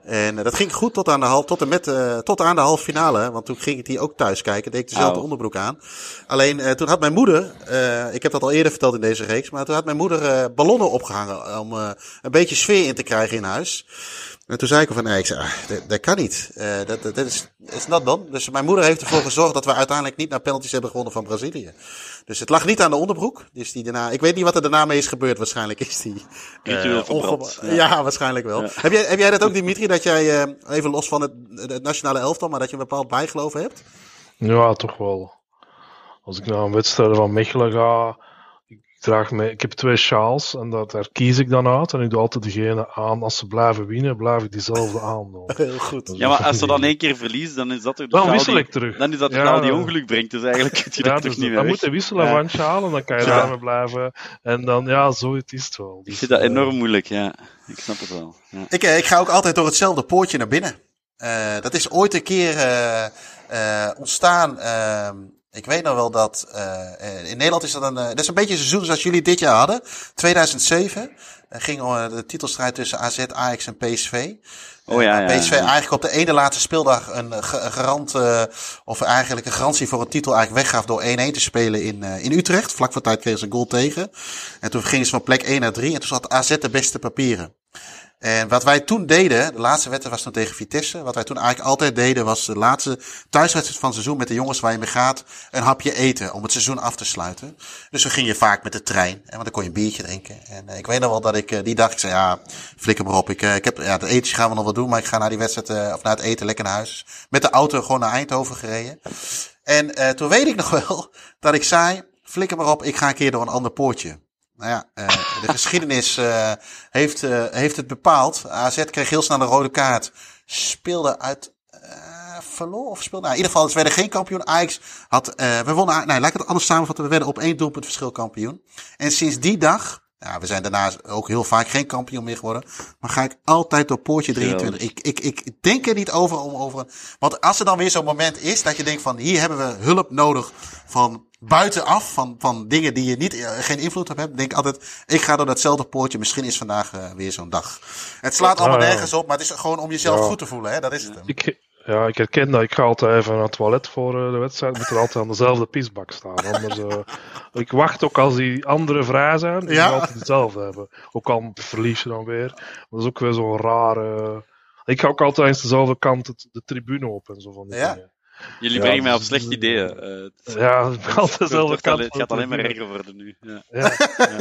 S7: En uh, dat ging goed tot aan de, hal, tot en met, uh, tot aan de halve finale. Want toen ging ik die ook thuis kijken. Deed ik dezelfde oh. onderbroek aan. Alleen uh, toen had mijn moeder, uh, ik heb dat al eerder verteld in deze reeks. Maar toen had mijn moeder uh, ballonnen opgehangen om uh, een beetje sfeer in te krijgen in huis. En toen zei ik van, nee, ik zei, ah, dat, dat kan niet. Uh, dat, dat, dat is, is not done. Dus mijn moeder heeft ervoor gezorgd dat we uiteindelijk niet naar penalties hebben gewonnen van Brazilië. Dus het lag niet aan de onderbroek. Dus die daarna, ik weet niet wat er daarna mee is gebeurd. Waarschijnlijk is die
S9: uh, onge-
S7: ja. ja, waarschijnlijk wel. Ja. Heb, jij, heb jij dat ook, Dimitri, dat jij, uh, even los van het, het nationale elftal, maar dat je een bepaald bijgeloof hebt?
S8: Ja, toch wel. Als ik naar een wedstrijd van Mechelen ga, ik draag mee, ik heb twee sjaals en dat, daar kies ik dan uit. En ik doe altijd degene aan, als ze blijven winnen, blijf ik diezelfde aandoen.
S7: Heel goed.
S9: Ja, maar als ze dan één keer verliezen, dan is dat er
S8: dan wissel
S9: die,
S8: ik terug.
S9: Dan is dat
S8: ja,
S9: al die ongeluk brengt, dus eigenlijk kun je
S8: ja,
S9: dat
S8: dus
S9: toch niet meer
S8: dan
S9: weg.
S8: moet je wisselen
S9: ja.
S8: van sjalen, dan kan je ja. daarmee blijven. En dan, ja, zo het is het wel. Dus,
S9: ik vind dat
S8: uh,
S9: enorm moeilijk, ja. Ik snap het wel. Ja.
S7: Ik, ik ga ook altijd door hetzelfde poortje naar binnen. Uh, dat is ooit een keer uh, uh, ontstaan. Uh, ik weet nog wel dat uh, in Nederland is dat een, uh, dat is een beetje een seizoen zoals jullie dit jaar hadden. tweeduizend zeven uh, ging uh, de titelstrijd tussen A Z, Ajax en P S V.
S9: Oh ja, ja,
S7: P S V
S9: ja.
S7: eigenlijk op de ene laatste speeldag een, een garant, uh, of eigenlijk een garantie voor een titel eigenlijk weggaf door één-één te spelen in, uh, in Utrecht. Vlak voor tijd kregen ze een goal tegen. En toen gingen ze van plek één naar drie en toen zat A Z de beste papieren. En wat wij toen deden, de laatste wedstrijd was toen tegen Vitesse. Wat wij toen eigenlijk altijd deden was de laatste thuiswedstrijd van het seizoen met de jongens waar je mee gaat een hapje eten om het seizoen af te sluiten. Dus dan ging je vaak met de trein, want dan kon je een biertje drinken. En uh, ik weet nog wel dat ik uh, die dag, ik zei ja, flikker maar op. Ik, uh, ik heb, ja, het etentje gaan we nog wel doen, maar ik ga naar die wedstrijd, uh, of naar het eten lekker naar huis. Met de auto gewoon naar Eindhoven gereden. En uh, toen weet ik nog wel dat ik zei, flikker maar op, ik ga een keer door een ander poortje. Nou ja, uh, de geschiedenis uh, heeft, uh, heeft het bepaald. A Z kreeg heel snel een rode kaart. Speelde uit uh, verloor of speelde... Nou, in ieder geval, ze werden geen kampioen. Ajax had... Uh, we wonnen... Nee, laat ik het anders samenvatten. We werden op één doelpunt verschil kampioen. En sinds die dag... Ja, we zijn daarna ook heel vaak geen kampioen meer geworden. Maar ga ik altijd door poortje drieëntwintig. Ik, ik, ik denk er niet over om over... Want als er dan weer zo'n moment is dat je denkt van... Hier hebben we hulp nodig van... buitenaf, van, van dingen die je niet, uh, geen invloed op hebt, denk ik altijd, ik ga door datzelfde poortje, misschien is vandaag uh, weer zo'n dag. Het slaat allemaal
S8: uh,
S7: nergens op, maar het is gewoon om jezelf
S8: ja.
S7: goed te voelen, hè? Dat is het.
S8: Ik, ja, ik herken dat. Ik ga altijd even naar het toilet voor uh, de wedstrijd. Ik moet er altijd aan dezelfde pisbak staan. Anders, uh, ik wacht ook als die anderen vrij zijn, die ja? altijd hetzelfde hebben. Ook al verlies je dan weer. Maar dat is ook weer zo'n rare... Uh, ik ga ook altijd eens dezelfde kant het, de tribune op en zo van die
S7: ja?
S8: dingen.
S9: Jullie
S8: ja,
S9: brengen mij op
S8: dus,
S9: slechte ideeën. Uh, het,
S8: ja, het gaat dezelfde kant.
S9: Het gaat alleen maar erger worden nu. Ja.
S8: Ja.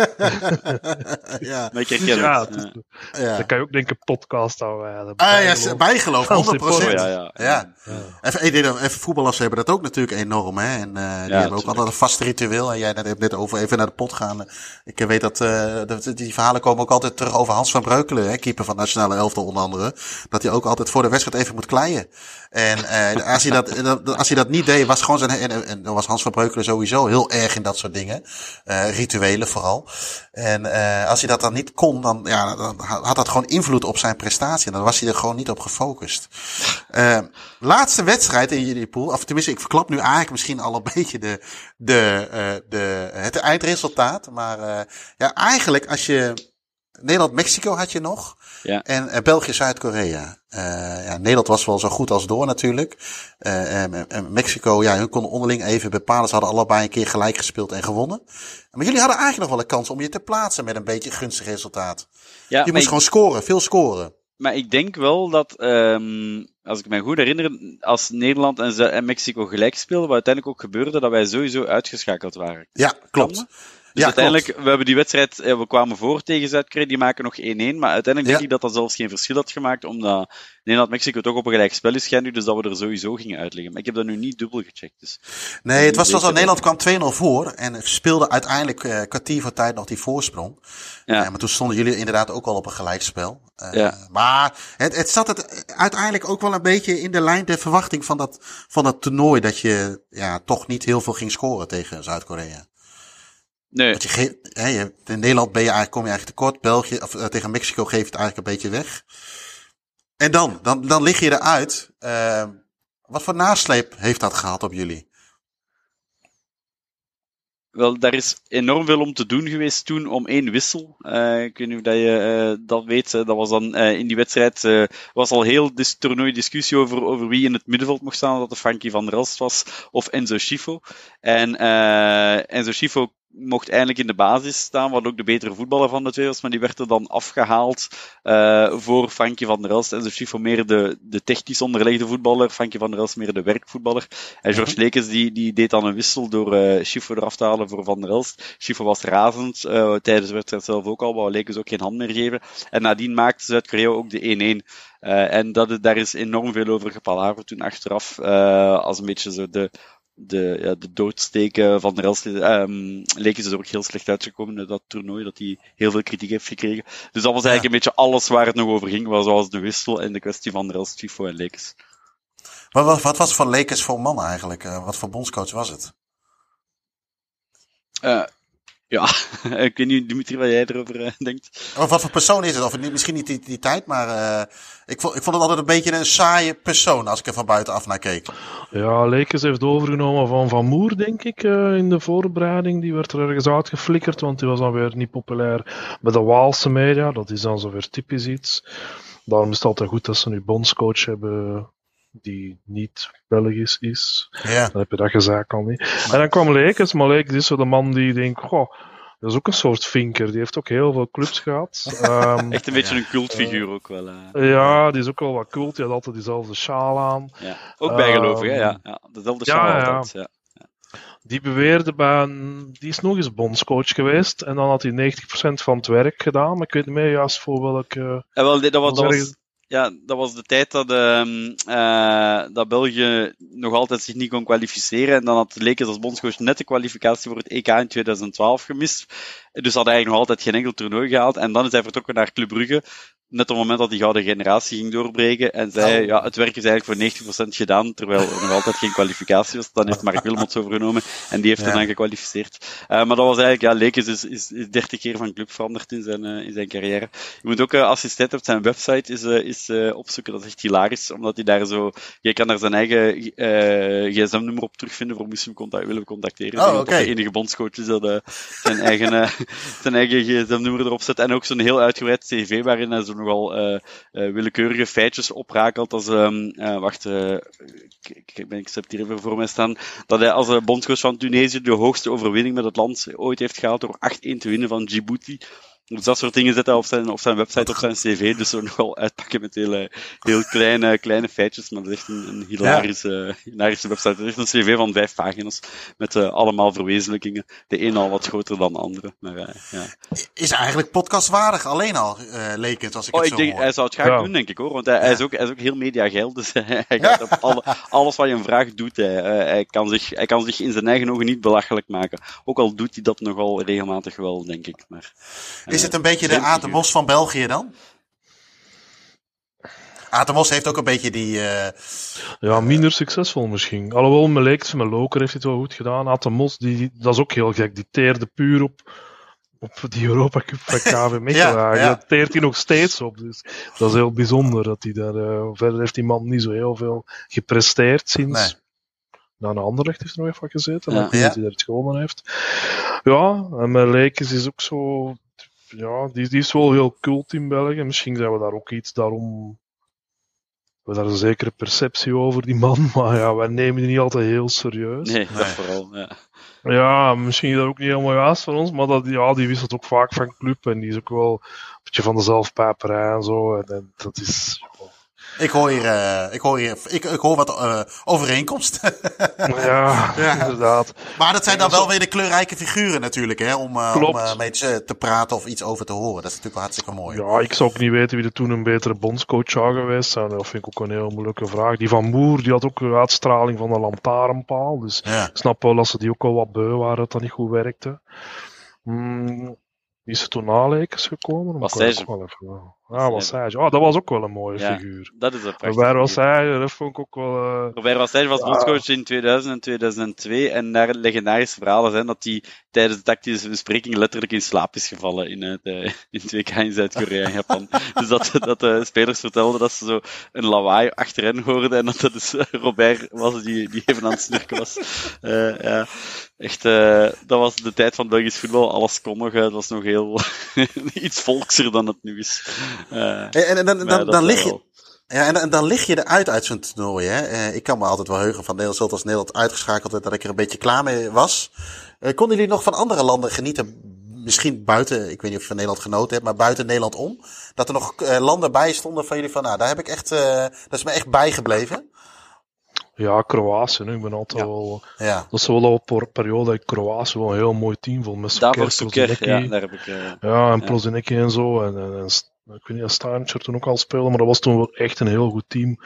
S9: ja.
S7: ja.
S9: Maar ik herken
S8: ja,
S9: het. Ja.
S8: Ja. Dan kan je ook denken podcast houden.
S7: Ah ja, bijgeloof, honderd procent.
S9: Ja, ja.
S7: ja. ja. Even, even voetballers hebben dat ook natuurlijk enorm, hè. En uh, die ja, hebben ook natuurlijk. altijd een vast ritueel. En jij hebt net over even naar de pot gaan. Ik weet dat, uh, dat die verhalen komen ook altijd terug over Hans van Breukelen, hè, keeper van het nationale elftal onder andere. Dat hij ook altijd voor de wedstrijd even moet kleien. En uh, als hij dat, als hij dat niet deed, was gewoon zijn, en, en dan was Hans van Breukelen sowieso heel erg in dat soort dingen. Uh, rituelen vooral. En uh, als hij dat dan niet kon, dan, ja, dan had dat gewoon invloed op zijn prestatie. En dan was hij er gewoon niet op gefocust. Uh, laatste wedstrijd in jullie pool, of tenminste, ik verklap nu eigenlijk misschien al een beetje de, de, uh, de, het eindresultaat. Maar uh, ja, eigenlijk als je... Nederland-Mexico had je nog.
S9: Ja.
S7: En uh, België-Zuid-Korea. Uh, ja, Nederland was wel zo goed als door natuurlijk. Uh, en, en Mexico, ja, hun konden onderling even bepalen. Ze hadden allebei een keer gelijk gespeeld en gewonnen. Maar jullie hadden eigenlijk nog wel een kans om je te plaatsen met een beetje gunstig resultaat. Ja, je moest ik, gewoon scoren, veel scoren.
S9: Maar ik denk wel dat, um, als ik me goed herinner, als Nederland en, Zu- en Mexico gelijk speelden, wat uiteindelijk ook gebeurde, dat wij sowieso uitgeschakeld waren.
S7: Ja, klopt.
S9: Dus
S7: ja,
S9: uiteindelijk,
S7: klopt.
S9: we hebben die wedstrijd, we kwamen voor tegen Zuid-Korea, die maken nog één-één, maar uiteindelijk denk ja. ik dat dat zelfs geen verschil had gemaakt, omdat Nederland-Mexico toch op een gelijk spel is geëindigd, dus dat we er sowieso gingen uitleggen. Maar ik heb dat nu niet dubbel gecheckt. Dus
S7: nee, het was zoals al Nederland kwam twee nul voor en speelde uiteindelijk uh, kwartier voor tijd nog die voorsprong. Ja. Uh, maar toen stonden jullie inderdaad ook al op een gelijkspel. Uh, ja. Maar het, het zat het uiteindelijk ook wel een beetje in de lijn der verwachting van dat, van dat toernooi, dat je ja, toch niet heel veel ging scoren tegen Zuid-Korea.
S9: Nee.
S7: Want je ge- hè, je, in Nederland ben je eigenlijk, kom je eigenlijk tekort. België, of uh, tegen Mexico geeft het eigenlijk een beetje weg. En dan, dan, dan lig je eruit. Uh, wat voor nasleep heeft dat gehad op jullie?
S9: Wel, daar is enorm veel om te doen geweest toen, om één wissel. Uh, ik weet niet of dat je uh, dat weet. Dat was dan uh, in die wedstrijd, uh, was al heel dis- toernooi discussie over, over wie in het middenveld mocht staan, dat het Frankie van der Elst was, of Enzo Schifo. En uh, Enzo Schifo mocht eindelijk in de basis staan, wat ook de betere voetballer van de twee was, maar die werd er dan afgehaald uh, voor Frankie van der Elst. Enzo Schifo meer de, de technisch onderlegde voetballer, Frankie van der Elst meer de werkvoetballer. En George mm-hmm. Lekes die, die deed dan een wissel door uh, Schifo eraf te halen voor Van der Elst. Schifo was razend, uh, tijdens de wedstrijd zelf ook al, wou Lekes ook geen hand meer geven. En nadien maakte Zuid-Korea ook de één-één. Uh, en dat, daar is enorm veel over gepalaverd toen achteraf, uh, als een beetje zo de De, ja, de doodsteken van de Elst um, Lekes is er ook heel slecht uitgekomen in dat toernooi, dat hij heel veel kritiek heeft gekregen. Dus dat was eigenlijk ja. een beetje alles waar het nog over ging, was zoals de wissel en de kwestie van de Elst, Schifo en Lekes.
S7: Wat, wat, wat was voor Lekes voor man eigenlijk? Uh, wat voor bondscoach was het?
S9: Uh, ja, ik weet niet, Dimitri, wat jij erover uh, denkt.
S7: Of wat voor persoon is het? Of niet, misschien niet die, die tijd, maar uh, ik, vond, ik vond het altijd een beetje een saaie persoon als ik er van buitenaf naar keek.
S8: Ja, Lekes heeft overgenomen van Van Moer, denk ik, uh, in de voorbereiding. Die werd er ergens uitgeflikkerd, want die was dan weer niet populair bij de Waalse media. Dat is dan zo weer typisch iets. Daarom is het altijd goed dat ze nu bondscoach hebben die niet Belgisch is.
S7: Ja.
S8: Dan heb je dat gezegd al niet. Maar... En dan kwam Lekes, maar Lekes is zo de man die denkt, goh, dat is ook een soort vinker. Die heeft ook heel veel clubs gehad. Um,
S9: Echt een beetje
S8: ja.
S9: een cultfiguur uh, ook wel. Uh.
S8: Ja, die is ook wel wat cult. Die had altijd diezelfde sjaal aan.
S9: Ja. Ook bijgelovig, um, hè? Ja. Ja, dezelfde sjaal
S8: ja,
S9: altijd. Ja. Ja.
S8: Die beweerde bij een... Die is nog eens bondscoach geweest. En dan had hij negentig procent van het werk gedaan. Maar ik weet niet meer juist voor welke...
S9: Ja, wel, dat was... Dat was... Ja, dat was de tijd dat, uh, uh, dat België nog altijd zich niet kon kwalificeren. En dan had Lekes als bondscoach net de kwalificatie voor het E K in twintig twaalf gemist. Dus had hij eigenlijk nog altijd geen enkel toernooi gehaald. En dan is hij vertrokken naar Club Brugge. Net op het moment dat die gouden generatie ging doorbreken. En zei, oh. ja, het werk is eigenlijk voor negentig procent gedaan. Terwijl er nog altijd geen kwalificatie was. Dan heeft Mark Wilmots overgenomen. En die heeft ja. er dan gekwalificeerd. Uh, maar dat was eigenlijk, ja, Lekes is, is, is dertig keer van club veranderd in zijn, uh, in zijn carrière. Je moet ook uh, assistent op zijn website is, uh, is uh, opzoeken. Dat is echt hilarisch. Omdat hij daar zo, je kan daar zijn eigen uh, gsm-nummer op terugvinden voor moest je hem contact, willen contacteren.
S7: Oh, okay.
S9: De enige bondscoach is dat uh, zijn eigen, uh, zijn eigen gsm-nummer erop zet. En ook zo'n heel uitgebreid cv waarin hij zo nogal uh, uh, willekeurige feitjes oprakelt. Als, um, uh, wacht, uh, ik, ik, ben, ik heb hier even voor mij staan. Dat hij als uh, bondscoach van Tunesië de hoogste overwinning met het land ooit heeft gehaald door acht één te winnen van Djibouti. Dus dat soort dingen zetten op zijn, op zijn website, op zijn cv. Dus zo nogal uitpakken met heel, heel kleine, kleine feitjes. Maar dat is echt een, een hilarische, ja. hilarische website. Het is echt een cv van vijf pagina's. Met uh, allemaal verwezenlijkingen. De een al wat groter dan de andere. Maar, uh, ja.
S7: Is eigenlijk podcastwaardig alleen al, uh, leek het, als ik
S9: oh,
S7: het
S9: ik
S7: zo
S9: denk,
S7: hoor.
S9: Hij zou het graag ja. doen, denk ik hoor. Want hij, ja. hij, is, ook, hij is ook heel mediageil. Dus hij gaat op alle, alles wat je hem vraagt, doet hij. Uh, hij, kan zich, hij kan zich in zijn eigen ogen niet belachelijk maken. Ook al doet hij dat nogal regelmatig wel, denk ik. Maar, uh,
S7: is het een beetje de Aad de Mos van België dan? Aad de Mos heeft ook een beetje die... Uh,
S8: ja, minder succesvol misschien. Alhoewel, me lijkt met Loker heeft het wel goed gedaan. Aad de Mos, die, dat is ook heel gek. Die teerde puur op, op die Europa Cup van K V Mechelen. ja, ja. Dat teert hij nog steeds op. Dus dat is heel bijzonder. Dat hij daar, uh, verder heeft die man niet zo heel veel gepresteerd sinds... Nee. Nou, een Anderlecht heeft er nog even gezeten. Ja. Ik weet niet of hij daar het gewonnen heeft. Ja, en met Lekes is ook zo... Ja, die, die is wel heel cult in België. Misschien zijn we daar ook iets daarom... We hebben daar een zekere perceptie over, die man. Maar ja, wij nemen die niet altijd heel serieus.
S9: Nee, dat vooral, ja.
S8: Ja, misschien is dat ook niet helemaal juist van ons. Maar dat, ja, die wisselt ook vaak van club. En die is ook wel een beetje van de zelfpijperij en zo. En, en dat is...
S7: Ik hoor hier, uh, ik hoor hier, ik, ik hoor wat uh, overeenkomst.
S8: ja, ja, inderdaad.
S7: Maar dat zijn dan wel weer de kleurrijke figuren natuurlijk, hè, om, uh, om uh, mee te, te praten of iets over te horen. Dat is natuurlijk wel hartstikke mooi.
S8: Ja, ik zou ook niet weten wie er toen een betere bondscoach zou geweest zijn. Dat vind ik ook een heel moeilijke vraag. Die Van Moer, die had ook een uitstraling van een lantaarnpaal. Dus ja. Ik snap wel dat ze die ook al wat beu waren, dat dat niet goed werkte. Mm. is er toen Alekers gekomen?
S9: Wassage.
S8: Ah, Wassage. Ah, dat was ook wel een mooie
S9: ja,
S8: figuur.
S9: Dat is een prachtig.
S8: Robert Wassage, dat vond ik ook wel... Uh...
S9: Robert Wassage was
S8: ja.
S9: bondscoach in tweeduizend en tweeduizend twee en daar legendarische verhalen zijn dat hij tijdens de tactische bespreking letterlijk in slaap is gevallen in het, uh, in het W K in Zuid-Korea en Japan. Dus dat, dat de spelers vertelden dat ze zo een lawaai achter hen hoorden en dat dat dus Robert was die, die even aan het snurken was. Uh, ja, echt, uh, dat was de tijd van Belgisch voetbal. Alles kon nog, het was nog heel iets volkser dan het nu is. Uh,
S7: en, en, en dan, dan, dan lig je... Ja, en, en dan lig je eruit uit zo'n toernooi, hè. Uh, ik kan me altijd wel heugen van Nederland, zoals Nederland uitgeschakeld werd, dat ik er een beetje klaar mee was. Uh, konden jullie nog van andere landen genieten? Misschien buiten, ik weet niet of je van Nederland genoten hebt, maar buiten Nederland om? Dat er nog uh, landen bij stonden van jullie van, nou, daar heb ik echt, uh, dat is me echt bijgebleven.
S8: Ja, Kroatië. Ik ben altijd ja. wel...
S7: Ja.
S8: Dat is wel op een periode dat ik Kroatië wel een heel mooi team vond. Met
S9: Daarvoor Suker, ja, daar heb ik... Uh,
S8: ja, en Prozinecki ja. en zo. En, en, en ik weet niet of Stanicer toen ook al speelde, maar dat was toen wel echt een heel goed team.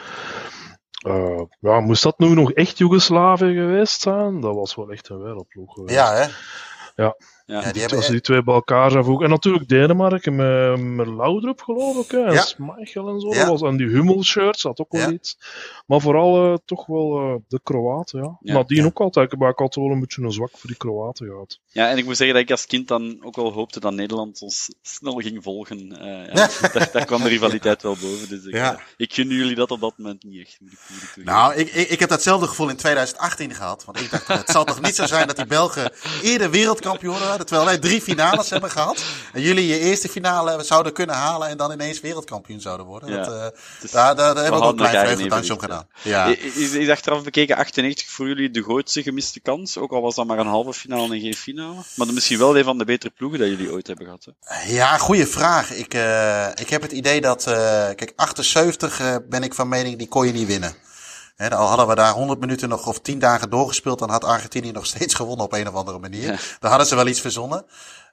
S8: Uh, ja, moest dat nu nog echt Joegoslavië geweest zijn? Dat was wel echt een wereldploeg geweest.
S7: Ja, hè?
S8: Ja.
S7: Ja, die
S8: die
S7: hebben...
S8: Als die twee bij elkaar zijn voegen. En natuurlijk Denemarken met, met Laudrup, geloof ik. Hè? En
S7: ja.
S8: Schmeichel en zo.
S7: Ja.
S8: Dat was, en die Hummel-shirts, dat ook wel ja. iets. Maar vooral uh, toch wel uh, de Kroaten, ja. ja. Nadien ja. ook altijd. Maar ik had wel een beetje een zwak voor die Kroaten gehad.
S9: Ja, en ik moet zeggen dat ik als kind dan ook wel hoopte dat Nederland ons snel ging volgen. Uh, ja, daar, daar kwam de rivaliteit wel boven. Dus ik, ja. uh, ik gunde jullie dat op dat moment niet echt. Moet ik, moet ik
S7: nou, ik, ik, ik heb datzelfde gevoel in twintig achttien gehad. Want ik dacht, het zal toch niet zo zijn dat die Belgen eerder wereldkampioen waren, terwijl wij drie finales hebben gehad. En jullie je eerste finale zouden kunnen halen en dan ineens wereldkampioen zouden worden. Ja. Dat, uh, dus daar, daar, daar hebben we ook een klein vreugdedansje om gedaan. Ja.
S9: Is, is achteraf bekeken achtennegentig voor jullie de grootste gemiste kans? Ook al was dat maar een halve finale en geen finale. Maar misschien wel een van de betere ploegen dat jullie ooit hebben gehad. Hè?
S7: Ja, goede vraag. Ik, uh, ik heb het idee dat... Uh, kijk, achtenzeventig uh, ben ik van mening, die kon je niet winnen. He, al hadden we daar honderd minuten nog of tien dagen doorgespeeld, dan had Argentinië nog steeds gewonnen op een of andere manier. Ja. Dan hadden ze wel iets verzonnen.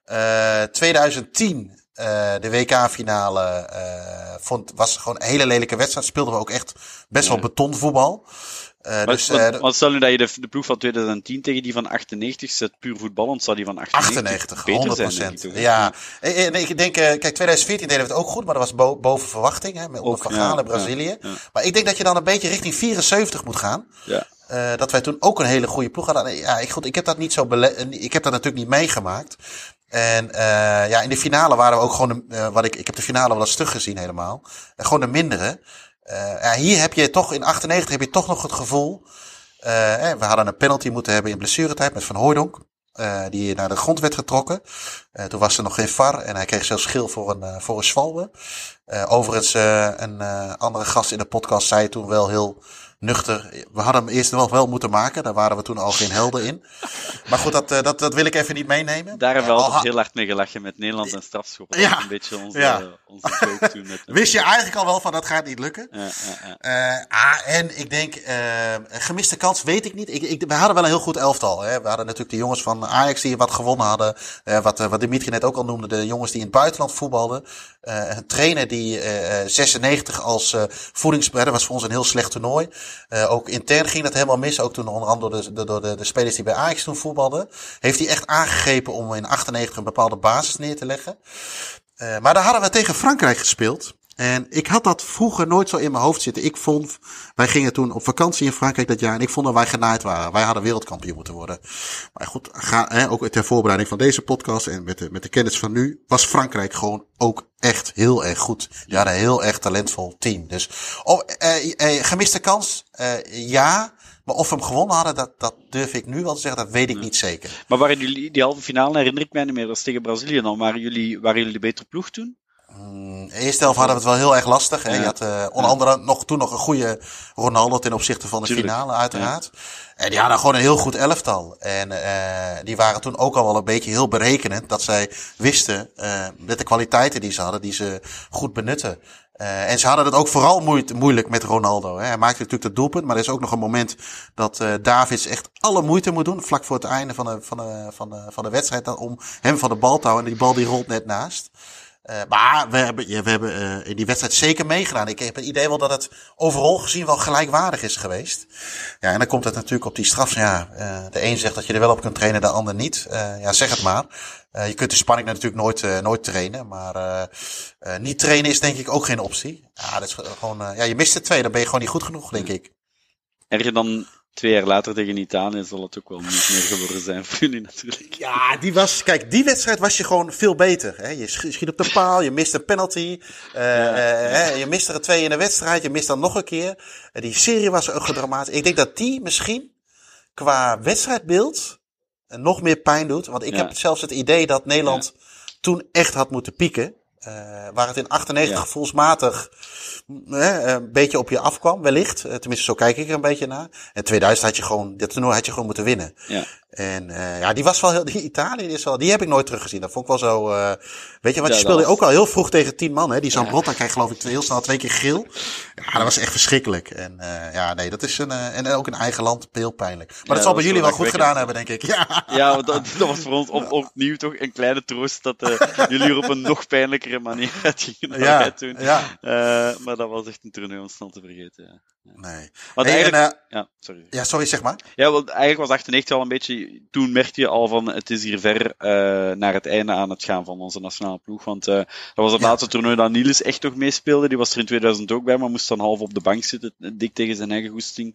S7: Uh, twintig tien, uh, de W K-finale, uh, vond, was gewoon een hele lelijke wedstrijd. Speelden we ook echt best ja. wel betonvoetbal. Uh,
S9: maar,
S7: dus,
S9: want,
S7: uh,
S9: want stel nu dat je de, de ploeg van twintig tien tegen die van achtennegentig zet, puur voetballend, zou die van achtennegentig,
S7: achtennegentig
S9: beter
S7: honderd procent.
S9: zijn, denk ik,
S7: ja, en, en ik denk, uh, kijk, twintig veertien deden we het ook goed, maar dat was bo- boven verwachting, hè, met onder Van Gaal in Brazilië. Ja, ja. Maar ik denk dat je dan een beetje richting vierenzeventig moet gaan.
S9: Ja.
S7: Uh, dat wij toen ook een hele goede ploeg hadden. Ja, ik, goed, ik heb dat niet zo bele- ik heb dat natuurlijk niet meegemaakt. En uh, ja, in de finale waren we ook gewoon, de, uh, wat ik, ik heb de finale wel eens stug gezien helemaal. Uh, gewoon de mindere. Uh, ja, hier heb je toch, in achtennegentig heb je toch nog het gevoel. Uh, eh, we hadden een penalty moeten hebben in blessuretijd met Van Hooijdonk. Uh, die naar de grond werd getrokken. Uh, toen was er nog geen V A R en hij kreeg zelfs schil voor een, uh, voor een zwalbe. Uh, overigens, uh, een uh, andere gast in de podcast zei toen wel heel nuchter. We hadden hem eerst nog wel moeten maken. Daar waren we toen al geen helden in. Maar goed, dat, uh, dat, dat wil ik even niet meenemen.
S9: Daar hebben we
S7: uh,
S9: altijd ha- heel hard mee gelachen met Nederland en strafschoppen. Dat
S7: ja,
S9: was een beetje onze,
S7: ja.
S9: uh, onze joke toen. Met
S7: Wist je eigenlijk al wel van dat gaat niet lukken.
S9: Ja, ja, ja.
S7: Uh, ah, en ik denk, uh, gemiste kans weet ik niet. Ik, ik, we hadden wel een heel goed elftal. Hè. We hadden natuurlijk de jongens van Ajax die wat gewonnen hadden. Uh, wat, uh, wat Dimitri net ook al noemde. De jongens die in het buitenland voetbalden. Uh, een trainer die uh, zesennegentig als uh, voedingsbereider was voor ons een heel slecht toernooi. Uh, ook intern ging dat helemaal mis. Ook toen onder andere door de, door de, de spelers die bij Ajax toen voetbalden. Heeft hij echt aangegrepen om in achtennegentig een bepaalde basis neer te leggen. Uh, maar daar hadden we tegen Frankrijk gespeeld. En ik had dat vroeger nooit zo in mijn hoofd zitten. Ik vond, wij gingen toen op vakantie in Frankrijk dat jaar en ik vond dat wij genaaid waren. Wij hadden wereldkampioen moeten worden. Maar goed, ga, hè, ook ter voorbereiding van deze podcast en met de, met de kennis van nu, was Frankrijk gewoon ook echt heel erg goed. Die hadden een heel erg talentvol team. Dus, oh, eh, eh, gemiste kans, eh, ja. Maar of we hem gewonnen hadden, dat, dat durf ik nu wel te zeggen, dat weet ik niet zeker.
S9: Maar waren jullie, die halve finale herinner ik mij niet meer, dat is tegen Brazilië dan. Waren jullie, waren jullie de betere ploeg toen?
S7: Mm, de eerste helft hadden we het wel heel erg lastig. Hè? Ja. Je had uh, onder andere nog, toen nog een goede Ronaldo ten opzichte van de Tuurlijk. finale uiteraard. Ja. En die hadden gewoon een heel goed elftal. En uh, die waren toen ook al wel een beetje heel berekenend. Dat zij wisten, uh, met de kwaliteiten die ze hadden, die ze goed benutten. Uh, en ze hadden het ook vooral moe- moeilijk met Ronaldo. Hè. Hij maakte natuurlijk het doelpunt, maar er is ook nog een moment dat uh, Davids echt alle moeite moet doen, vlak voor het einde van de, van de, van de, van de wedstrijd, om hem van de bal te houden. En die bal die rolt net naast. Uh, maar we hebben, ja, we hebben uh, in die wedstrijd zeker meegedaan. Ik heb het idee wel dat het overal gezien wel gelijkwaardig is geweest. Ja, en dan komt het natuurlijk op die straf. Ja, uh, de een zegt dat je er wel op kunt trainen, de ander niet. Uh, ja, zeg het maar. Uh, je kunt de spanning natuurlijk nooit, uh, nooit trainen. Maar uh, uh, niet trainen is denk ik ook geen optie. Ja, dat is gewoon, uh, ja, je mist er twee, dan ben je gewoon niet goed genoeg, denk ik.
S9: Erger dan twee jaar later tegen Italië zal het ook wel niet meer geworden zijn voor jullie natuurlijk.
S7: Ja, die was, kijk, die wedstrijd was je gewoon veel beter. Hè? Je schiet op de paal, je mist een penalty. Uh, ja. uh, je mist er twee in de wedstrijd, je mist dan nog een keer. Uh, die serie was ook gedramatisch. Ik denk dat die misschien qua wedstrijdbeeld nog meer pijn doet. Want ik ja. heb zelfs het idee dat Nederland ja. toen echt had moeten pieken. Uh, waar het in achtennegentig ja. gevoelsmatig uh, een beetje op je afkwam, wellicht. Uh, tenminste, zo kijk ik er een beetje naar. En tweeduizend had je gewoon, dat toernooi had je gewoon moeten winnen.
S9: Ja.
S7: En uh, ja, die was wel heel, die Italië is wel, die heb ik nooit teruggezien. Dat vond ik wel zo, uh, weet je, want ja, je speelde was... ook al heel vroeg tegen tien man, hè. Die Zambrotta ja. kreeg geloof ik heel snel twee keer geel. Ja, dat was echt verschrikkelijk. En uh, ja, nee, dat is een, uh, en ook in eigen land heel pijnlijk. Maar ja, dat zal bij jullie wel goed gedaan hebben, denk ik. Ja,
S9: ja want dat, dat was voor ons op, opnieuw toch een kleine troost dat uh, jullie er op een nog pijnlijkere manier uit gingen dan wij toen.
S7: Ja.
S9: Uh, maar dat was echt een toernooi om snel te vergeten. Ja.
S7: Nee.
S9: Want
S7: hey,
S9: eigenlijk...
S7: en, uh,
S9: ja, sorry.
S7: ja, sorry, zeg maar.
S9: Ja, want eigenlijk was achtennegentig al een beetje... Toen merkte je al van, het is hier ver uh, naar het einde aan het gaan van onze nationale ploeg. Want uh, dat was het ja. laatste toernooi dat Niels echt nog meespeelde. Die was er in tweeduizend ook bij, maar moest dan half op de bank zitten. Dik tegen zijn eigen goesting.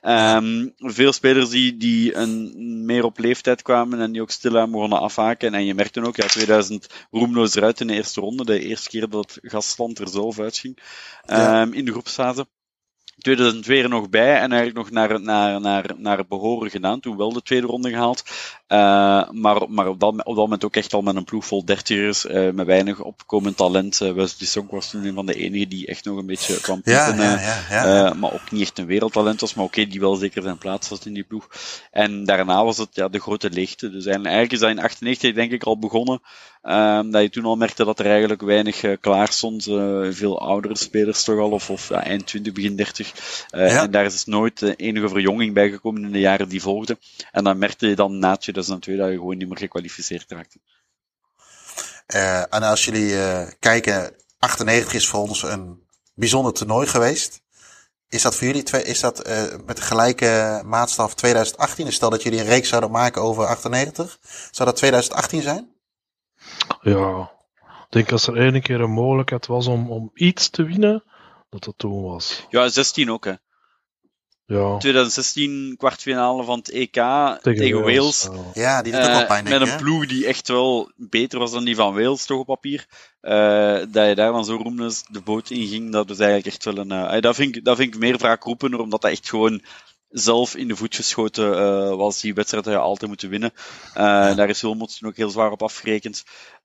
S9: Um, veel spelers die, die een, meer op leeftijd kwamen en die ook stilaan begonnen afhaken. En je merkte ook, ja, tweeduizend roemloos eruit in de eerste ronde. De eerste keer dat het gastland er zelf uitging. Um, ja. In de groepsfase. tweeduizend twee er nog bij en eigenlijk nog naar, naar, naar, naar het behoren gedaan. Toen wel de tweede ronde gehaald. Uh, maar maar op, dat, op dat moment ook echt al met een ploeg vol dertigers, uh, met weinig opkomend talent. Uh, Wesley Sonk was toen een van de enigen die echt nog een beetje kwam piepen.
S7: Ja, ja, ja, ja.
S9: Uh, maar ook niet echt een wereldtalent was, maar oké, okay, die wel zeker zijn plaats had in die ploeg. En daarna was het ja, de grote leegte. Dus eigenlijk is dat in achtennegentig denk ik al begonnen. Um, dat je toen al merkte dat er eigenlijk weinig uh, klaar stond. Uh, veel oudere spelers toch al, of, of ja, eind twintig, begin dertig. Uh, ja. En daar is dus nooit uh, enige verjonging bij gekomen in de jaren die volgden. En dan merkte je dan na tweeduizend twee dat je gewoon niet meer gekwalificeerd raakte.
S7: Uh, en als jullie uh, kijken, achtennegentig is voor ons een bijzonder toernooi geweest. Is dat voor jullie twee, is dat uh, met de gelijke maatstaf tweeduizend achttien? Stel dat jullie een reeks zouden maken over achtennegentig. Zou dat tweeduizend achttien zijn?
S8: Ja, ik denk als er één keer een mogelijkheid was om, om iets te winnen, dat dat toen was.
S9: Ja, zestien ook, hè.
S8: Ja.
S9: tweeduizend zestien kwartfinale van het E K tegen, tegen Wales.
S8: Wales.
S7: Ja, die doet ook wel pijn,
S9: uh, Met een
S7: hè?
S9: ploeg die echt wel beter was dan die van Wales, toch op papier. Uh, dat je daar dan zo roemloos de boot in ging, dat is eigenlijk echt wel een... Uh, dat, vind ik, dat vind ik meer wraakroepender, omdat dat echt gewoon zelf in de voet geschoten uh, was. Die wedstrijd dat je altijd moeten winnen. Uh, ja. Daar is Wilmots toen ook heel zwaar op afgerekend.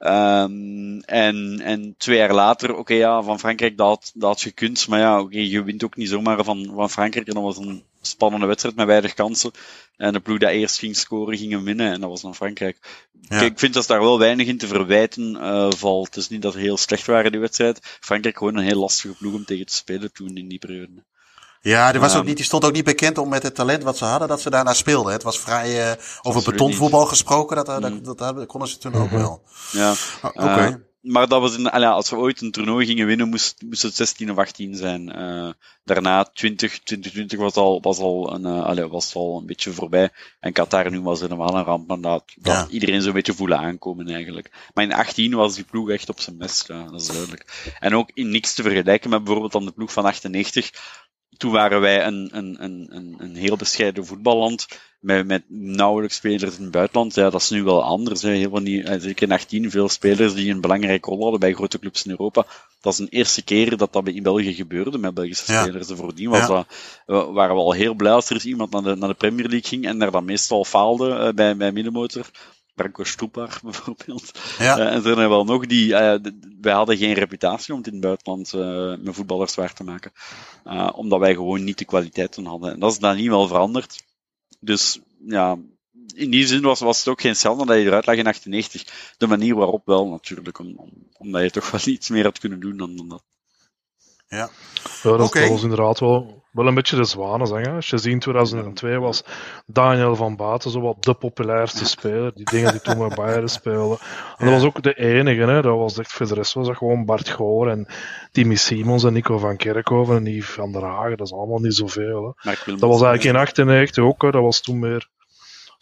S9: Um, en, en twee jaar later, oké, okay, ja, van Frankrijk, dat had, dat had gekund. Maar ja, oké, okay, je wint ook niet zomaar van, van Frankrijk. En dat was een spannende wedstrijd met weinig kansen. En de ploeg dat eerst ging scoren, ging hem winnen. En dat was dan Frankrijk. Ja. Kijk, ik vind dat daar wel weinig in te verwijten uh, valt. Het is niet dat ze heel slecht waren, die wedstrijd. Frankrijk gewoon een heel lastige ploeg om tegen te spelen toen in die periode.
S7: Ja, die, was ook niet, die stond ook niet bekend om met het talent wat ze hadden, dat ze daarna speelden. Het was vrij, uh, over betonvoetbal gesproken, dat, dat, dat, dat konden ze toen ook wel.
S9: Ja,
S7: oh, oké. Okay.
S9: Uh, maar dat was een, als we ooit een toernooi gingen winnen, moest, moest het zestien of achttien zijn. Uh, daarna twintig, twintig twintig was al, was al een, uh, allee, was al een beetje voorbij. En Qatar nu was helemaal een ramp, maar dat, dat ja. iedereen zo'n beetje voelen aankomen eigenlijk. Maar in achttien was die ploeg echt op zijn best, ja, dat is duidelijk. En ook in niks te vergelijken met bijvoorbeeld dan de ploeg van achtennegentig. Toen waren wij een, een, een, een heel bescheiden voetballand, met, met nauwelijks spelers in het buitenland. Ja, dat is nu wel anders. Hè. Heel niet, zeker in achttien, veel spelers die een belangrijke rol hadden bij grote clubs in Europa. Dat is een eerste keer dat dat in België gebeurde, met Belgische ja. spelers. En voordien was ja. dat, waren we al heel blij als er eens iemand naar de, naar de Premier League ging en daar dan meestal faalde uh, bij, bij middenmotor. Branko Stoepar bijvoorbeeld. Ja. Uh, en er zijn er wel nog die... Uh, wij hadden geen reputatie om het in het buitenland uh, met voetballers zwaar te maken. Uh, omdat wij gewoon niet de kwaliteiten hadden. En dat is dan niet wel veranderd. Dus ja, in die zin was, was het ook geen schande dat je eruit lag in achtennegentig. De manier waarop wel natuurlijk. Om, om, omdat je toch wel iets meer had kunnen doen dan, dan dat.
S7: Ja,
S8: ja dat
S7: okay.
S8: was inderdaad wel, wel een beetje de zwanenzang. Als je ziet, in tweeduizend twee was Daniel van Baten zo wat de populairste speler. Die dingen die toen met Bayern speelden. En dat was ook de enige. Hè. Dat was echt, voor de rest was dat gewoon Bart Goor en Timmy Simons en Nico van Kerkhoven en Yves van der Hagen. Dat is allemaal niet zoveel. Hè. Dat was eigenlijk in achtennegentig ook. Hè. Dat was toen meer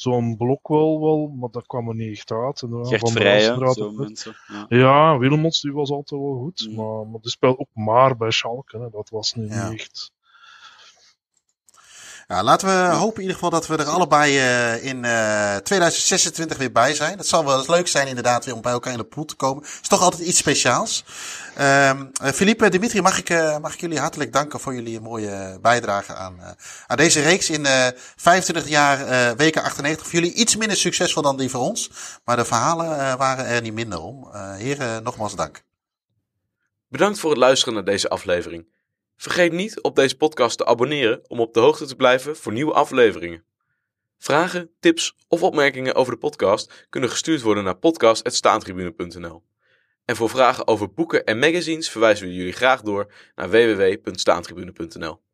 S8: zo'n blok wel, wel, maar dat kwam er niet echt uit. En, ja,
S9: Gert
S8: Van der
S9: Vrij,
S8: Elster
S9: hè,
S8: uit
S9: zo
S8: de put.
S9: mensen. Ja.
S8: Ja, Wilmots die was altijd wel goed,
S9: Mm.
S8: maar, maar die speelde ook maar bij Schalke. Hè. Dat was nu
S7: Ja.
S8: niet echt...
S7: Ja, laten we hopen in ieder geval dat we er allebei uh, in uh, tweeduizend zesentwintig weer bij zijn. Het zal wel eens leuk zijn inderdaad weer om bij elkaar in de pool te komen. Het is toch altijd iets speciaals. Uh, uh, Philippe, Dimitri, mag ik, uh, mag ik jullie hartelijk danken voor jullie mooie bijdrage aan, uh, aan deze reeks in uh, vijfentwintig jaar uh, W K achtennegentig. Voor jullie iets minder succesvol dan die voor ons, maar de verhalen uh, waren er niet minder om. Uh, heren, nogmaals dank.
S1: Bedankt voor het luisteren naar deze aflevering. Vergeet niet op deze podcast te abonneren om op de hoogte te blijven voor nieuwe afleveringen. Vragen, tips of opmerkingen over de podcast kunnen gestuurd worden naar podcast apenstaartje staantribune punt n l. En voor vragen over boeken en magazines verwijzen we jullie graag door naar w w w punt staantribune punt n l.